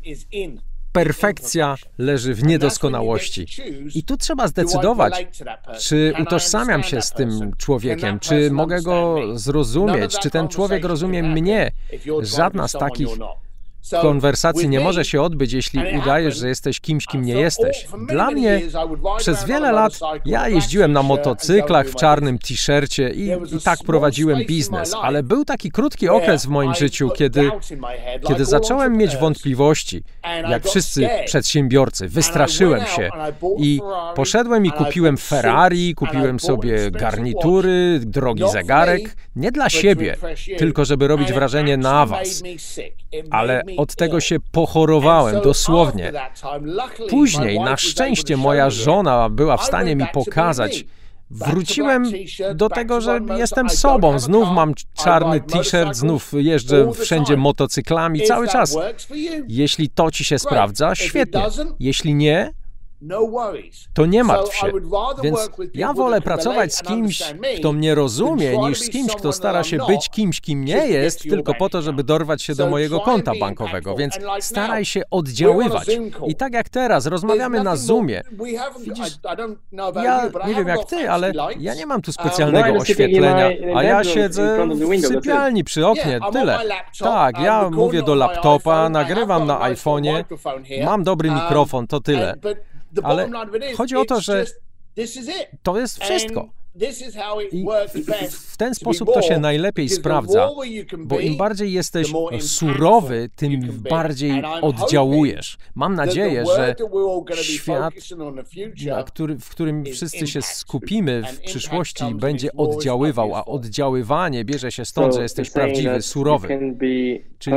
perfekcja leży w niedoskonałości. I tu trzeba zdecydować, czy utożsamiam się z tym człowiekiem, czy mogę go zrozumieć, czy ten człowiek rozumie mnie. Żadna z takich konwersacji nie może się odbyć, jeśli udajesz, że jesteś kimś, kim nie jesteś. Dla mnie przez wiele lat ja jeździłem na motocyklach w czarnym t-shircie i, i tak prowadziłem biznes, ale był taki krótki okres w moim życiu, kiedy, kiedy zacząłem mieć wątpliwości, jak wszyscy przedsiębiorcy. Wystraszyłem się i poszedłem i kupiłem Ferrari, kupiłem sobie garnitury, drogi zegarek, nie dla siebie, tylko żeby robić wrażenie na was. ale od tego się pochorowałem, dosłownie. Później, na szczęście, moja żona była w stanie mi pokazać. Wróciłem do tego, że jestem sobą. Znów mam czarny t-shirt, znów jeżdżę wszędzie motocyklami cały czas. Jeśli to ci się sprawdza, świetnie. Jeśli nie, to nie martw się. Więc ja wolę pracować z kimś, kto mnie rozumie, niż z kimś, kto stara się być kimś, kim nie jest, tylko po to, żeby dorwać się do mojego konta bankowego. Więc staraj się oddziaływać. I tak jak teraz, rozmawiamy na Zoomie. Widzisz, ja nie wiem jak ty, ale ja nie mam tu specjalnego oświetlenia, a ja siedzę w sypialni przy oknie, tyle. Tak, ja mówię do laptopa, nagrywam na iPhone'ie, mam dobry mikrofon, to tyle. Ale chodzi o to, że to jest wszystko. I w ten sposób to się najlepiej sprawdza, bo im bardziej jesteś surowy, tym bardziej oddziałujesz. Mam nadzieję, że świat, na który, w którym wszyscy się skupimy w przyszłości, będzie oddziaływał, a oddziaływanie bierze się stąd, że jesteś prawdziwy, surowy. Czyli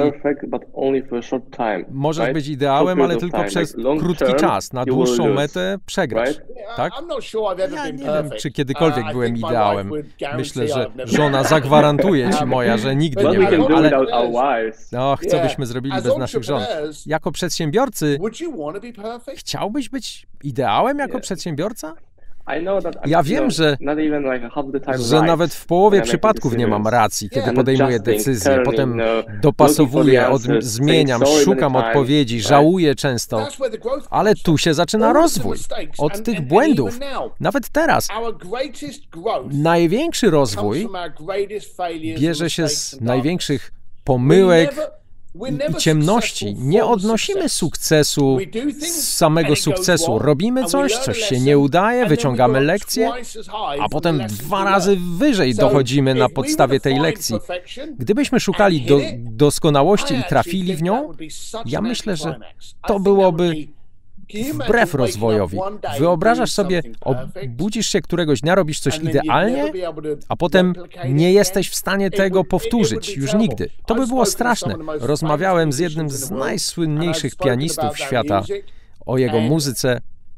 możesz być ideałem, ale tylko przez krótki czas. Na dłuższą metę przegrasz. Tak? Ja nie wiem, czy kiedykolwiek byłem ideałem. Myślę, że żona zagwarantuje ci moja, że nigdy nie byłem, ale no, co byśmy zrobili bez naszych żon? Jako przedsiębiorcy chciałbyś być ideałem jako przedsiębiorca? Ja wiem, że, że nawet w połowie przypadków nie mam racji, kiedy podejmuję decyzje, potem dopasowuję, od, zmieniam, szukam odpowiedzi, żałuję często, ale tu się zaczyna rozwój od tych błędów. Nawet teraz największy rozwój bierze się z największych pomyłek i ciemności. Nie odnosimy sukcesu z samego sukcesu. Robimy coś, coś się nie udaje, wyciągamy lekcję, a potem dwa razy wyżej dochodzimy na podstawie tej lekcji. Gdybyśmy szukali do, doskonałości i trafili w nią, ja myślę, że to byłoby wbrew rozwojowi. Wyobrażasz sobie, obudzisz się któregoś dnia, robisz coś idealnie, a potem nie jesteś w stanie tego powtórzyć już nigdy. To by było straszne. Rozmawiałem z jednym z najsłynniejszych pianistów świata o jego muzyce.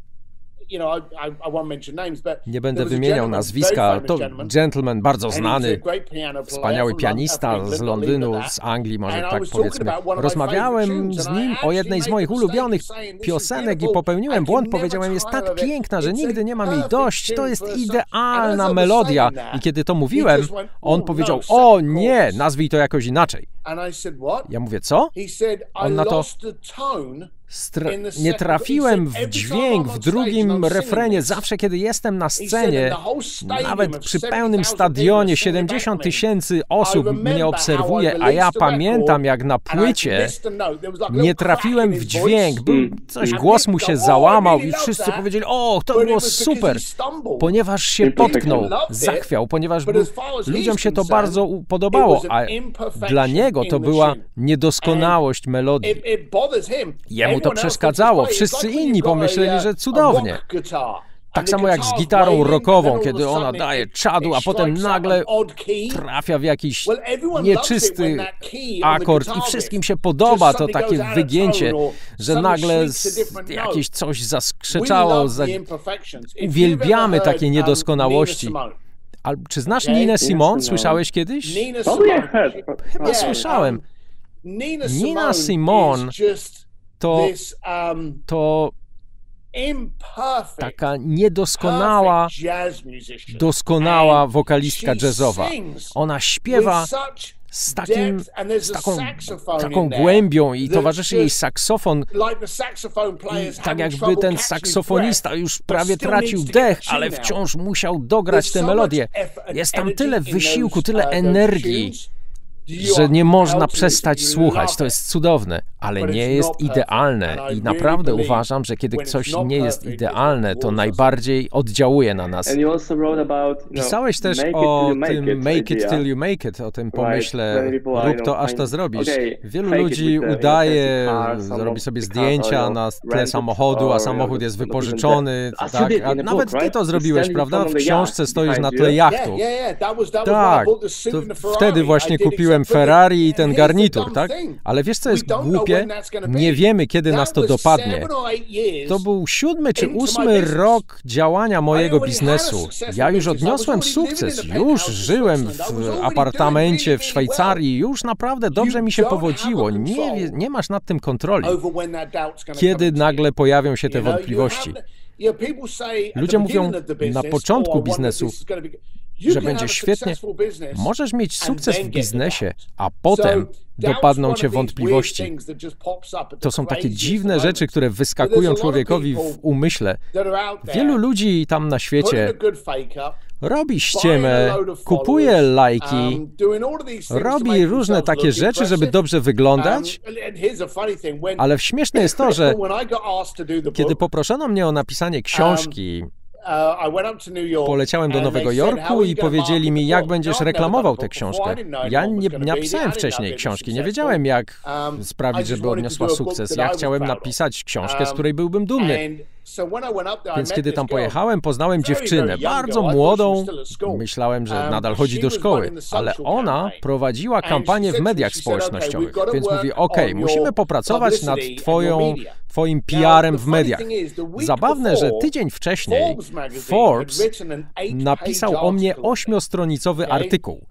Nie będę wymieniał nazwiska, to gentleman bardzo znany, wspaniały pianista z Londynu, z Anglii, może tak powiedzmy. Rozmawiałem z nim o jednej z moich ulubionych piosenek i popełniłem błąd. Powiedziałem, jest tak piękna, że nigdy nie mam jej dość, to jest idealna melodia. I kiedy to mówiłem, on powiedział, o nie, nazwij to jakoś inaczej. Ja mówię, co? On na to... Str- nie trafiłem w dźwięk w drugim refrenie. Zawsze, kiedy jestem na scenie, nawet przy pełnym stadionie, siedemdziesiąt tysięcy osób mnie obserwuje, a ja pamiętam, jak na płycie nie trafiłem w dźwięk. Był coś, głos mu się załamał i wszyscy powiedzieli, o, to było super, ponieważ się potknął, zachwiał, ponieważ był, ludziom się to bardzo podobało, a dla niego to była niedoskonałość melodii. Jemu to przeszkadzało. Wszyscy inni pomyśleli, że cudownie. Tak samo jak z gitarą rockową, kiedy ona daje czadu, a potem nagle trafia w jakiś nieczysty akord i wszystkim się podoba to takie wygięcie, że nagle jakieś coś zaskrzeczało. Uwielbiamy takie niedoskonałości. A czy znasz Ninę Simone? Słyszałeś kiedyś? Chyba słyszałem. Nina Simone to, to taka niedoskonała, doskonała wokalistka jazzowa. Ona śpiewa z, takim, z taką, taką głębią i towarzyszy jej saksofon. I tak jakby ten saksofonista już prawie tracił dech, ale wciąż musiał dograć tę melodię. Jest tam tyle wysiłku, tyle energii, że nie można przestać słuchać. To jest cudowne, ale nie jest idealne i naprawdę uważam, że kiedy coś nie jest idealne, to najbardziej oddziałuje na nas. Pisałeś też o tym make it till you make it, o tym pomyśle rób to, aż to zrobisz. Wielu ludzi udaje, robi sobie zdjęcia na tle samochodu, a samochód jest wypożyczony. Tak, a nawet ty to zrobiłeś, prawda? W książce stoisz na tle jachtu. Tak, to wtedy właśnie kupiłem kupiłem Ferrari i ten garnitur, tak? Ale wiesz, co jest głupie? Nie wiemy, kiedy nas to dopadnie. To był siódmy czy ósmy rok działania mojego biznesu. Ja już odniosłem sukces, już żyłem w apartamencie w Szwajcarii, już naprawdę dobrze mi się powodziło. Nie, nie masz nad tym kontroli. Kiedy nagle pojawią się te wątpliwości? Ludzie mówią na początku biznesu, że będzie świetnie. Możesz mieć sukces w biznesie, a potem dopadną cię wątpliwości. To są takie dziwne rzeczy, które wyskakują człowiekowi w umyśle. Wielu ludzi tam na świecie robi ściemę, kupuje lajki, robi różne takie rzeczy, żeby dobrze wyglądać, ale śmieszne jest to, że kiedy poproszono mnie o napisanie książki, poleciałem do Nowego Jorku i powiedzieli mi, jak będziesz reklamował tę książkę. Ja nie napisałem wcześniej książki, nie wiedziałem, jak sprawić, żeby odniosła sukces. Ja chciałem napisać książkę, z której byłbym dumny. Więc kiedy tam pojechałem, poznałem dziewczynę, bardzo młodą, myślałem, że nadal chodzi do szkoły, ale ona prowadziła kampanię w mediach społecznościowych, więc mówi, ok, musimy popracować nad twoją, twoim P R-em w mediach. Zabawne, że tydzień wcześniej Forbes napisał o mnie ośmiostronicowy artykuł.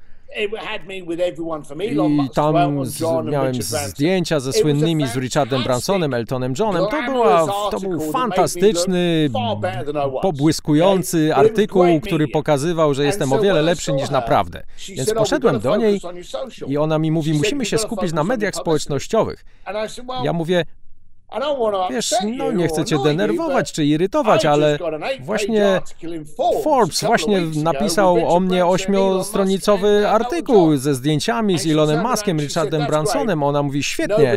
I tam z, miałem zdjęcia ze słynnymi, z Richardem Bransonem, Eltonem Johnem. To, była, to był fantastyczny, pobłyskujący artykuł, który pokazywał, że jestem o wiele lepszy niż naprawdę. Więc poszedłem do niej i ona mi mówi, musimy się skupić na mediach społecznościowych. Ja mówię, wiesz, no nie chcę cię denerwować czy irytować, ale właśnie Forbes właśnie napisał o mnie ośmiostronicowy artykuł ze zdjęciami z Elonem Muskiem, Richardem Bransonem. Ona mówi, świetnie,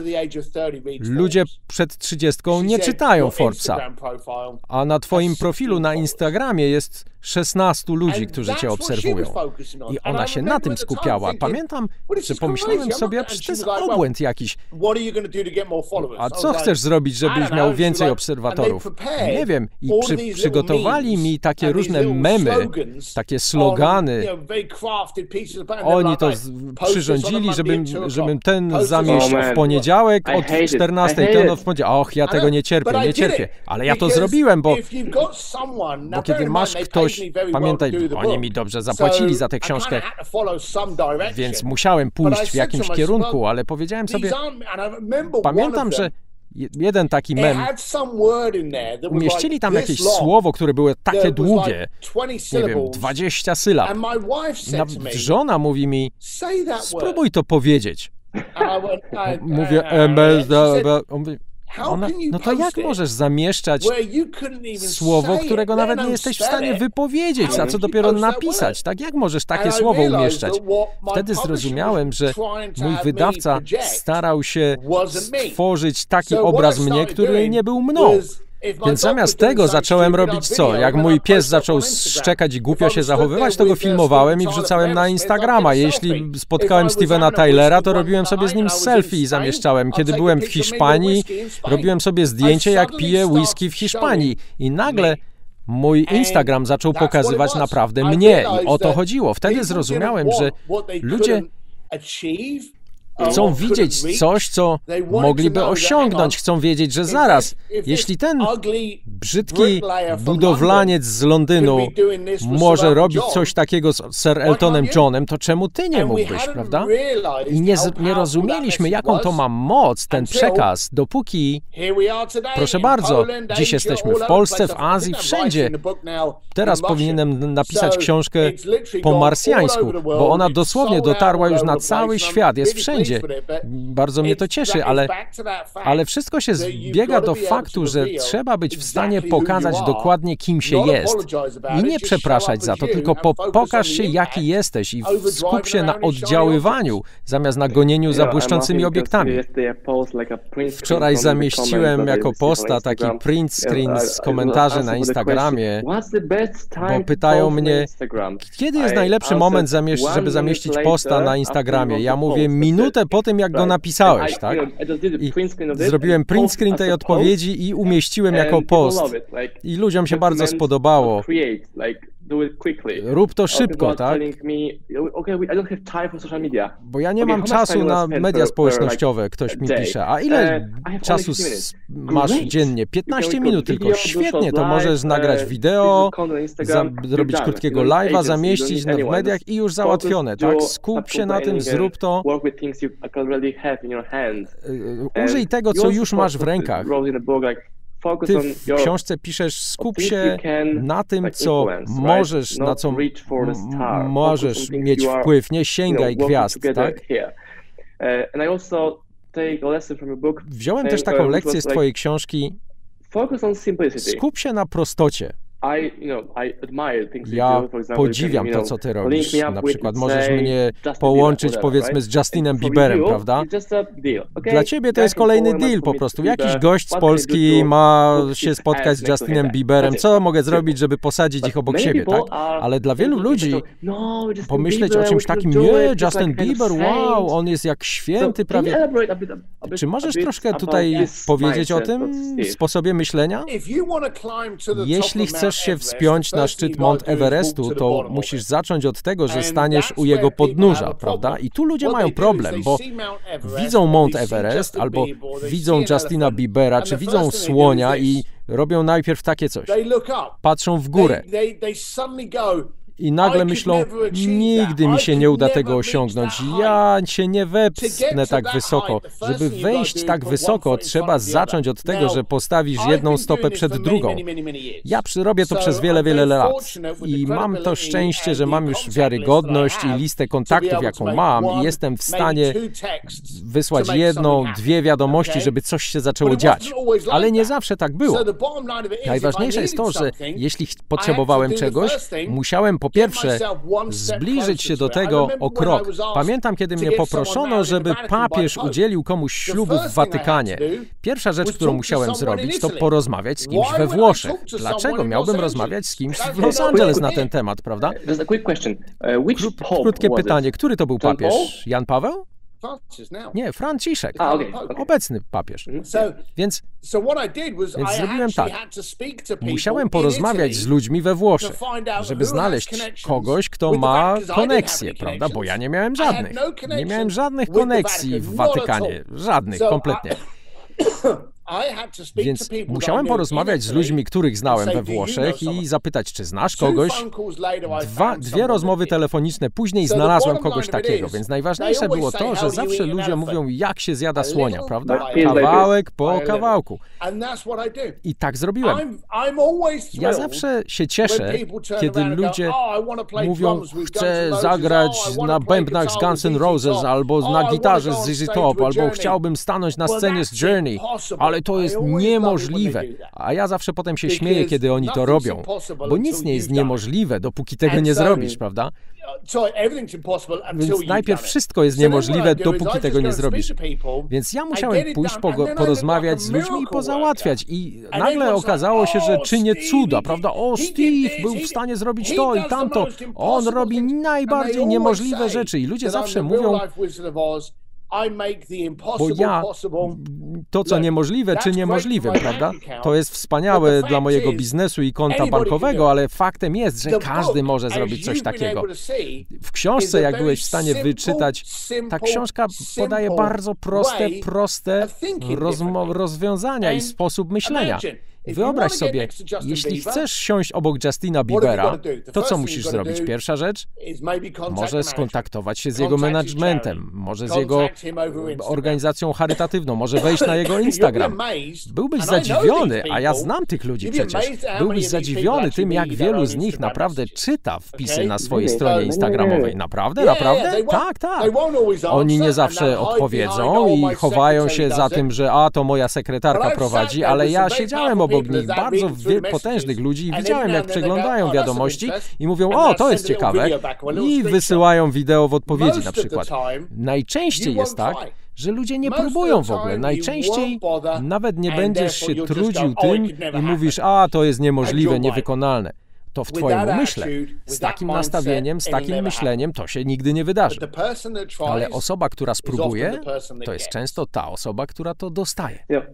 ludzie przed trzydziestką nie czytają Forbesa, a na twoim profilu na Instagramie jest szesnastu ludzi, którzy cię obserwują. I ona się na tym skupiała. Pamiętam, że pomyślałem sobie, że to jest obłęd jakiś. A co chcesz zrobić, żebyś miał więcej obserwatorów? Nie wiem. I przy, przygotowali mi takie różne memy, takie slogany. Oni to z, przyrządzili, żebym, żebym ten zamieścił w poniedziałek od czternastej, ten w poniedziałek. Och, ja tego nie cierpię, nie cierpię. Ale ja to zrobiłem, bo, bo kiedy masz ktoś, pamiętaj, oni mi dobrze zapłacili za tę książkę, więc musiałem pójść w jakimś kierunku, ale powiedziałem sobie, pamiętam, że jeden taki mem, umieścili tam jakieś słowo, które było takie długie, nie wiem, dwadzieścia sylab. Nawet żona mówi mi, spróbuj to powiedzieć. Mówię, M S D, on mówi, Ona, no to jak możesz zamieszczać słowo, którego nawet nie jesteś w stanie wypowiedzieć, a co dopiero napisać, tak? Jak możesz takie słowo umieszczać? Wtedy zrozumiałem, że mój wydawca starał się stworzyć taki obraz mnie, który nie był mną. Więc zamiast tego zacząłem robić co? Jak mój pies zaczął szczekać i głupio się zachowywać, to go filmowałem i wrzucałem na Instagrama. Jeśli spotkałem Stevena Tylera, to robiłem sobie z nim selfie i zamieszczałem. Kiedy byłem w Hiszpanii, robiłem sobie zdjęcie, jak piję whisky w Hiszpanii. I nagle mój Instagram zaczął pokazywać naprawdę mnie. I o to chodziło. Wtedy zrozumiałem, że ludzie chcą widzieć coś, co mogliby osiągnąć. Chcą wiedzieć, że zaraz, jeśli ten brzydki budowlaniec z Londynu może robić coś takiego z Sir Eltonem Johnem, to czemu ty nie mógłbyś, prawda? I nie, nie rozumieliśmy, jaką to ma moc, ten przekaz, dopóki, proszę bardzo, dziś jesteśmy w Polsce, w Azji, wszędzie. Teraz powinienem napisać książkę po marsjańsku, bo ona dosłownie dotarła już na cały świat, jest wszędzie. Bardzo mnie to cieszy, ale, ale wszystko się zbiega do faktu, że trzeba być w stanie pokazać dokładnie, kim się jest. I nie przepraszać za to, tylko po, pokaż się, jaki jesteś i skup się na oddziaływaniu, zamiast na gonieniu za błyszczącymi obiektami. Wczoraj zamieściłem jako posta taki print screen z komentarzy na Instagramie, bo pytają mnie, kiedy jest najlepszy moment, żeby zamieścić posta na Instagramie. Ja mówię, minutę po tym, jak go napisałeś, tak? I zrobiłem print screen tej odpowiedzi i umieściłem jako post. I ludziom się bardzo spodobało. Rób to szybko, tak? Bo ja nie mam czasu na media społecznościowe, ktoś mi pisze. A ile czasu masz dziennie? piętnaście minut tylko. Świetnie, to możesz nagrać wideo, zrobić krótkiego live'a, zamieścić w mediach i już załatwione, tak? Skup się na tym, zrób to. Użyj tego, co już masz w rękach. Ty w książce piszesz, skup się na tym, co możesz, na co możesz mieć wpływ, nie sięgaj gwiazd, tak? Wziąłem też taką lekcję z twojej książki. Skup się na prostocie. Ja podziwiam to, co ty robisz. Na przykład możesz mnie połączyć, powiedzmy, z Justinem Bieberem, prawda? Dla ciebie to jest kolejny deal po prostu. Jakiś gość z Polski ma się spotkać z Justinem Bieberem. Co mogę zrobić, żeby posadzić ich obok siebie, tak? Ale dla wielu ludzi pomyśleć o czymś takim, nie, Justin Bieber, wow, on jest jak święty prawie. Czy możesz troszkę tutaj powiedzieć o tym sposobie myślenia? Jeśli chcesz się wspiąć na szczyt Mount Everestu, to musisz zacząć od tego, że staniesz u jego podnóża, prawda? I tu ludzie mają problem, bo widzą Mount Everest, albo widzą Justina Biebera, czy widzą słonia i robią najpierw takie coś. Patrzą w górę. I nagle myślą, nigdy mi się nie uda tego osiągnąć, ja się nie wepchnę tak wysoko. Żeby wejść tak wysoko, trzeba zacząć od tego, że postawisz jedną stopę przed drugą. Ja robię to przez wiele, wiele lat i mam to szczęście, że mam już wiarygodność i listę kontaktów, jaką mam i jestem w stanie wysłać jedną, dwie wiadomości, żeby coś się zaczęło dziać. Ale nie zawsze tak było. Najważniejsze jest to, że jeśli potrzebowałem czegoś, musiałem po pierwsze zbliżyć się do tego o krok. Pamiętam, kiedy mnie poproszono, żeby papież udzielił komuś ślubu w Watykanie. Pierwsza rzecz, którą musiałem zrobić, to porozmawiać z kimś we Włoszech. Dlaczego miałbym rozmawiać z kimś w Los Angeles na ten temat, prawda? Krótkie pytanie. Który to był papież? Jan Paweł? Nie, Franciszek. Ah, okay, okay. Obecny papież. Więc, więc zrobiłem tak. Musiałem porozmawiać z ludźmi we Włoszech, żeby znaleźć kogoś, kto ma koneksje, prawda? Bo ja nie miałem żadnych. Nie miałem żadnych koneksji w Watykanie. Żadnych, kompletnie. Więc musiałem porozmawiać z ludźmi, których znałem we Włoszech i zapytać, czy znasz kogoś. Dwa, dwie rozmowy telefoniczne później znalazłem kogoś takiego, więc najważniejsze było to, że zawsze ludzie mówią, jak się zjada słonia, prawda? Kawałek po kawałku. I tak zrobiłem. Ja zawsze się cieszę, kiedy ludzie mówią, chcę zagrać na bębnach z Guns N' Roses, albo na gitarze z Z Z Top, albo chciałbym stanąć na scenie z Journey, ale to jest niemożliwe. A ja zawsze potem się śmieję, kiedy oni to robią, bo nic nie jest niemożliwe, dopóki tego nie zrobisz, prawda? Więc najpierw wszystko jest niemożliwe, dopóki tego nie zrobisz. Więc ja musiałem pójść po, porozmawiać z ludźmi i pozałatwiać. I nagle okazało się, że czynię cuda, prawda? O, Steve był w stanie zrobić to i tamto. On robi najbardziej niemożliwe rzeczy. I ludzie zawsze mówią, bo ja to, co niemożliwe, czy niemożliwym, prawda? To jest wspaniałe dla mojego biznesu i konta bankowego, ale faktem jest, że każdy może zrobić coś takiego. W książce, jak byłeś w stanie wyczytać, ta książka podaje bardzo proste, proste rozwiązania i sposób myślenia. Wyobraź sobie, jeśli chcesz siąść obok Justina Biebera, to co musisz zrobić? Pierwsza rzecz? Może skontaktować się z jego managementem, może z jego organizacją charytatywną, może wejść na jego Instagram. Byłbyś zadziwiony, a ja znam tych ludzi przecież, byłbyś zadziwiony tym, jak wielu z nich naprawdę czyta wpisy na swojej stronie instagramowej. Naprawdę? Naprawdę? Tak, tak. Oni nie zawsze odpowiedzą i chowają się za tym, że a, to moja sekretarka prowadzi, ale ja siedziałem obok nich bardzo potężnych ludzi i widziałem, jak przeglądają wiadomości i mówią, o, to jest ciekawe, i wysyłają wideo w odpowiedzi na przykład. Najczęściej jest tak, że ludzie nie próbują w ogóle. Najczęściej nawet nie będziesz się trudził tym i mówisz, a, to jest niemożliwe, niewykonalne. To w twoim umyśle. Z takim nastawieniem, z takim myśleniem to się nigdy nie wydarzy. Ale osoba, która spróbuje, to jest często ta osoba, która to dostaje.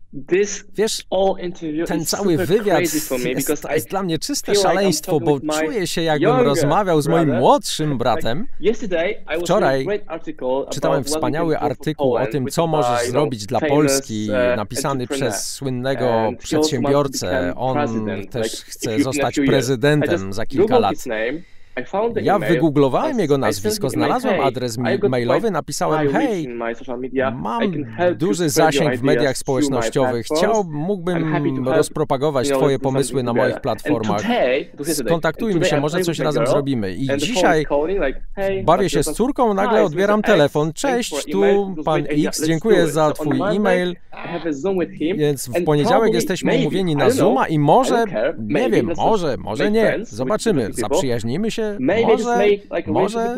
Wiesz, ten cały wywiad jest, jest dla mnie czyste szaleństwo, bo czuję się, jakbym rozmawiał z moim młodszym bratem. Wczoraj czytałem wspaniały artykuł o tym, co możesz zrobić dla Polski, napisany przez słynnego przedsiębiorcę. On też chce zostać prezydentem za kilka lat. Ja wygooglowałem jego nazwisko, znalazłem adres mailowy, napisałem: hej, mam duży zasięg w mediach społecznościowych, chciał, mógłbym rozpropagować twoje pomysły na moich platformach. Skontaktujmy się, może coś razem zrobimy. I dzisiaj bawię się z córką, nagle odbieram telefon. Cześć, tu pan X, dziękuję za twój e-mail. Więc w poniedziałek jesteśmy umówieni na Zooma i może, nie wiem, może, może nie, zobaczymy, zaprzyjaźnimy się. Może, może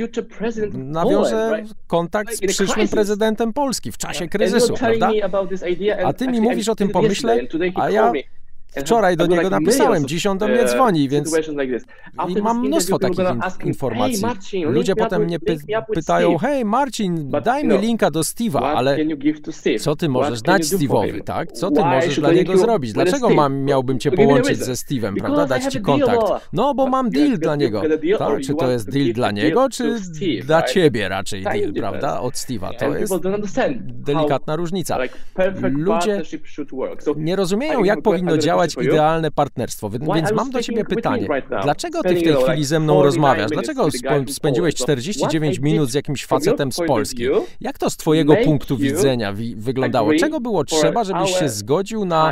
nawiążę kontakt z przyszłym prezydentem Polski w czasie kryzysu, prawda? A ty mi mówisz o tym pomyśle, a ja wczoraj do niego napisałem, dziś on do mnie dzwoni, więc i mam mnóstwo takich in informacji. Ludzie potem mnie py pytają: hej Marcin, daj mi linka do Steve'a, ale co ty możesz dać Steve'owi, tak? Co ty możesz dla niego zrobić? Dlaczego mam, miałbym cię połączyć ze Steve'em, prawda? Dać ci kontakt. No, bo mam deal dla niego. Tak? Czy to jest deal dla niego, czy dla ciebie raczej deal, prawda? Od Steve'a. To jest delikatna różnica. Ludzie nie rozumieją, jak powinno działać idealne partnerstwo. Więc mam do ciebie pytanie. Dlaczego ty w tej chwili ze mną rozmawiasz? Dlaczego spędziłeś czterdzieści dziewięć minut z jakimś facetem z Polski? Jak to z twojego punktu widzenia wyglądało? Czego było trzeba, żebyś się zgodził na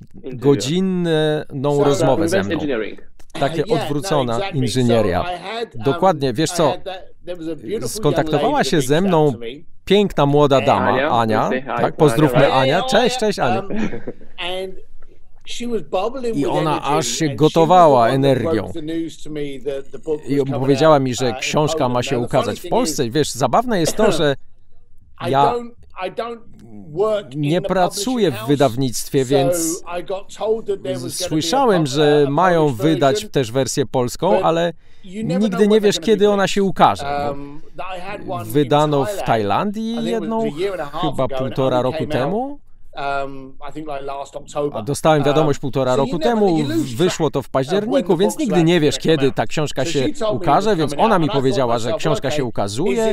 godzinną rozmowę ze mną? Takie odwrócona inżynieria. Dokładnie, wiesz co? Skontaktowała się ze mną piękna młoda dama, Ania. Tak, pozdrówmy Ania. Cześć, cześć Ania. I ona aż się gotowała energią. I powiedziała mi, że książka ma się ukazać w Polsce. Wiesz, zabawne jest to, że ja nie pracuję w wydawnictwie, więc słyszałem, że mają wydać też wersję polską, ale nigdy nie wiesz, kiedy ona się ukaże. Wydano w Tajlandii jedną, chyba półtora roku temu. A dostałem wiadomość półtora roku temu, wyszło to w październiku, więc nigdy nie wiesz, kiedy ta książka się ukaże, więc ona mi powiedziała, że książka się ukazuje,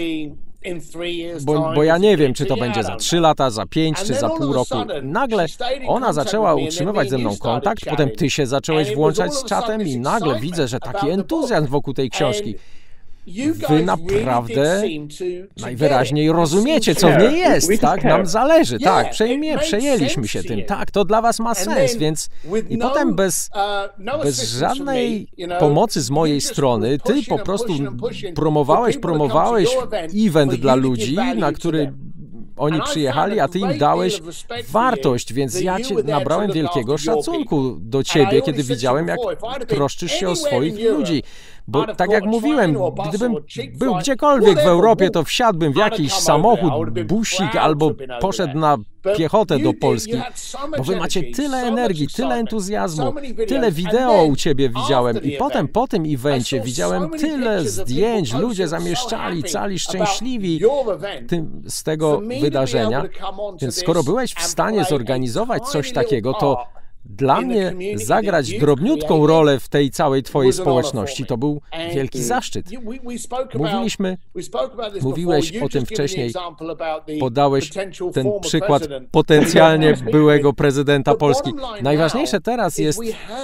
bo, bo ja nie wiem, czy to będzie za trzy lata, za pięć, czy za pół roku. Nagle ona zaczęła utrzymywać ze mną kontakt, potem ty się zacząłeś włączać z czatem i nagle widzę, że taki entuzjazm wokół tej książki. Wy naprawdę najwyraźniej rozumiecie, co w niej jest, tak? Nam zależy, tak? Przejmie, przejęliśmy się tym, tak? To dla was ma sens, więc i potem bez, bez żadnej pomocy z mojej strony, ty po prostu promowałeś, promowałeś event dla ludzi, na który oni przyjechali, a ty im dałeś wartość, więc ja cię nabrałem wielkiego szacunku do ciebie, kiedy widziałem, jak troszczysz się o swoich ludzi. Bo tak jak mówiłem, gdybym był gdziekolwiek w Europie, to wsiadłbym w jakiś samochód, busik albo poszedł na piechotę do Polski, bo wy macie tyle energii, tyle entuzjazmu, tyle wideo u ciebie widziałem i potem po tym evencie widziałem tyle zdjęć, ludzie zamieszczali, cali szczęśliwi tym, z tego wydarzenia, więc skoro byłeś w stanie zorganizować coś takiego, to dla mnie zagrać drobniutką rolę w tej całej twojej społeczności to był wielki zaszczyt. Mówiliśmy, mówiłeś o tym wcześniej, podałeś ten przykład potencjalnie byłego prezydenta Polski. Najważniejsze teraz jest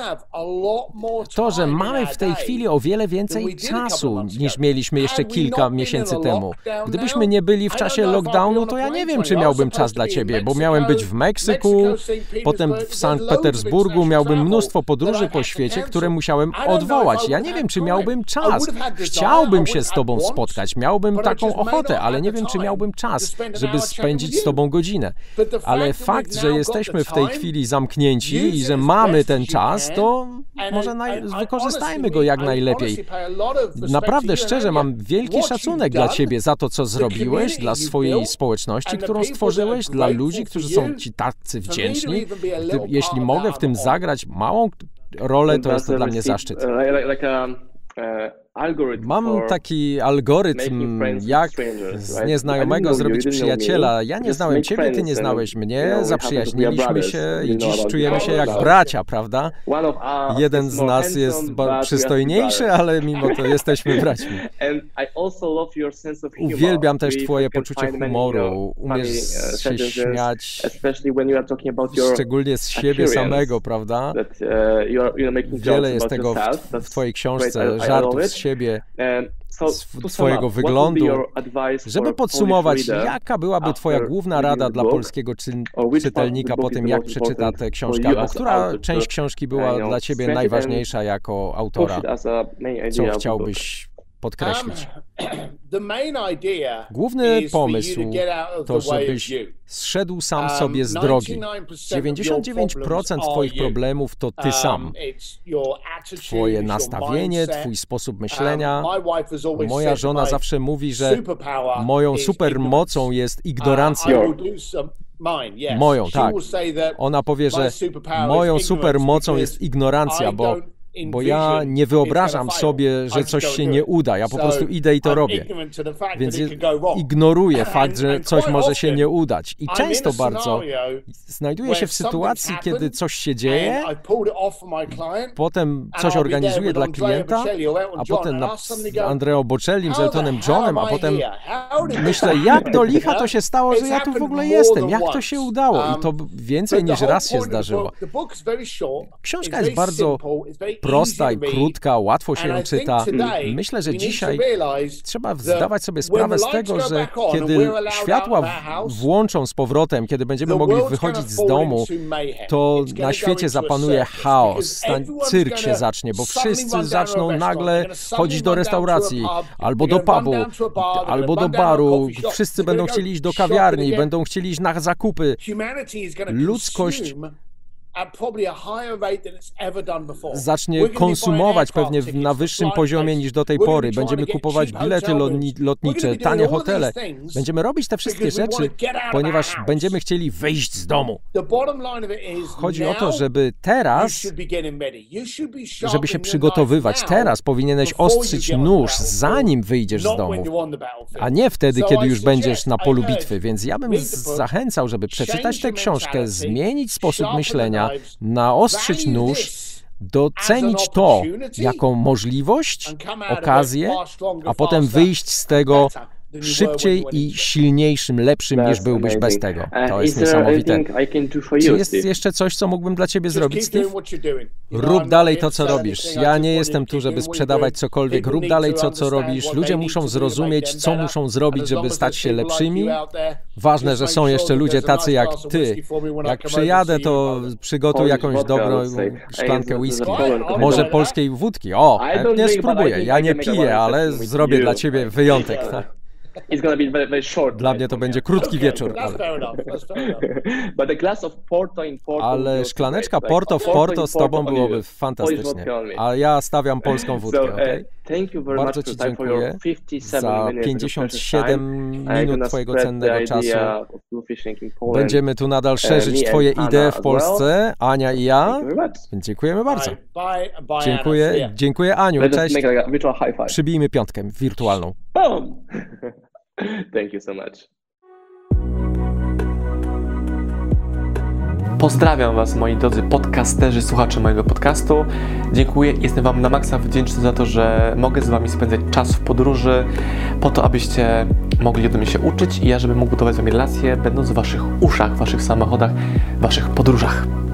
to, że mamy w tej chwili o wiele więcej czasu niż mieliśmy jeszcze kilka miesięcy temu. Gdybyśmy nie byli w czasie lockdownu, to ja nie wiem, czy miałbym czas dla ciebie, bo miałem być w Meksyku, potem w Sankt Petersburgu, Petersburgu miałbym mnóstwo podróży po świecie, które musiałem odwołać. Ja nie wiem, czy miałbym czas. Chciałbym się z tobą spotkać, miałbym taką ochotę, ale nie wiem, czy miałbym czas, żeby spędzić z tobą godzinę. Ale fakt, że jesteśmy w tej chwili zamknięci i że mamy ten czas, to może naj... wykorzystajmy go jak najlepiej. Naprawdę szczerze mam wielki szacunek dla ciebie za to, co zrobiłeś, dla swojej społeczności, którą stworzyłeś, dla ludzi, którzy są ci tacy wdzięczni. Jeśli mogę w tym zagrać małą rolę, to jest to dla mnie zaszczyt. Mam taki algorytm, jak z nieznajomego zrobić przyjaciela. Ja nie znałem ciebie, ty nie znałeś mnie, zaprzyjaźniliśmy się i dziś czujemy się jak bracia, prawda? Jeden z nas jest przystojniejszy, ale mimo to jesteśmy braćmi. Uwielbiam też twoje poczucie humoru, umiesz się śmiać, szczególnie z siebie samego, prawda? Wiele jest tego w, w twojej książce, żartów z siebie, z twojego wyglądu. Żeby podsumować, jaka byłaby twoja główna rada dla polskiego czy, czytelnika po tym, jak przeczyta tę książkę, albo która część książki była dla ciebie najważniejsza jako autora, co chciałbyś podkreślić? Główny pomysł to, żebyś zszedł sam sobie z drogi. dziewięćdziesiąt dziewięć procent twoich problemów to ty sam. Twoje nastawienie, twój sposób myślenia. Moja żona zawsze mówi, że moją supermocą jest ignorancja. Moją, tak. Ona powie, że moją supermocą jest ignorancja, bo Bo ja nie wyobrażam sobie, że coś się nie uda. Ja po prostu idę i to robię. Więc ignoruję fakt, że coś może się nie udać. I często bardzo znajduję się w sytuacji, kiedy coś się dzieje, potem coś organizuję dla klienta, a potem z Andreo Bocellim, z Eltonem Johnem, a potem myślę, jak do licha to się stało, że ja tu w ogóle jestem, jak to się udało. I to więcej niż raz się zdarzyło. Książka jest bardzo prosta i krótka, łatwo się ją czyta. Myślę, że dzisiaj trzeba zdawać sobie sprawę z tego, że kiedy światła włączą z powrotem, kiedy będziemy mogli wychodzić z domu, to na świecie zapanuje chaos, cyrk się zacznie, bo wszyscy zaczną nagle chodzić do restauracji, albo do pubu, albo do baru, wszyscy będą chcieli iść do kawiarni, będą chcieli iść na zakupy. Ludzkość zacznie konsumować pewnie na wyższym poziomie niż do tej pory. Będziemy kupować bilety lotnicze, tanie hotele. Będziemy robić te wszystkie rzeczy, ponieważ będziemy chcieli wyjść z domu. Chodzi o to, żeby teraz, żeby się przygotowywać. Teraz powinieneś ostrzyć nóż, zanim wyjdziesz z domu, a nie wtedy, kiedy już będziesz na polu bitwy. Więc ja bym zachęcał, żeby przeczytać tę książkę, zmienić sposób myślenia, naostrzyć nóż, docenić to jako możliwość, okazję, a potem wyjść z tego szybciej i silniejszym, lepszym niż byłbyś bez tego. To jest niesamowite. Czy jest jeszcze coś, co mógłbym dla ciebie zrobić, Steve? Rób dalej to, co robisz. Ja nie jestem tu, żeby sprzedawać cokolwiek. Rób dalej to, co robisz. Ludzie muszą zrozumieć, co muszą zrobić, żeby stać się lepszymi. Ważne, że są jeszcze ludzie tacy jak ty. Jak przyjadę, to przygotuj jakąś dobrą szklankę whisky. Może polskiej wódki. O, chętnie spróbuję. Ja nie piję, ale zrobię dla ciebie wyjątek. Tak? It's gonna be very, very short. Dla mnie to będzie krótki wieczór. Ale szklaneczka Porto w Porto z tobą byłoby fantastycznie. A ja stawiam polską wódkę, okej? Okay? Bardzo ci dziękuję za pięćdziesiąt siedem minut twojego cennego czasu. Będziemy tu nadal szerzyć twoje idee w Polsce, Ania i ja. Dziękujemy bardzo. Dziękuję, dziękuję Aniu, cześć. Przybijmy piątkę wirtualną. Thank you so much. Pozdrawiam Was, moi drodzy podcasterzy, słuchacze mojego podcastu. Dziękuję, jestem Wam na maksa wdzięczny za to, że mogę z Wami spędzać czas w podróży, po to, abyście mogli ode mnie się uczyć i ja, żebym mógł budować z Wami relacje, będąc w Waszych uszach, w Waszych samochodach, w Waszych podróżach.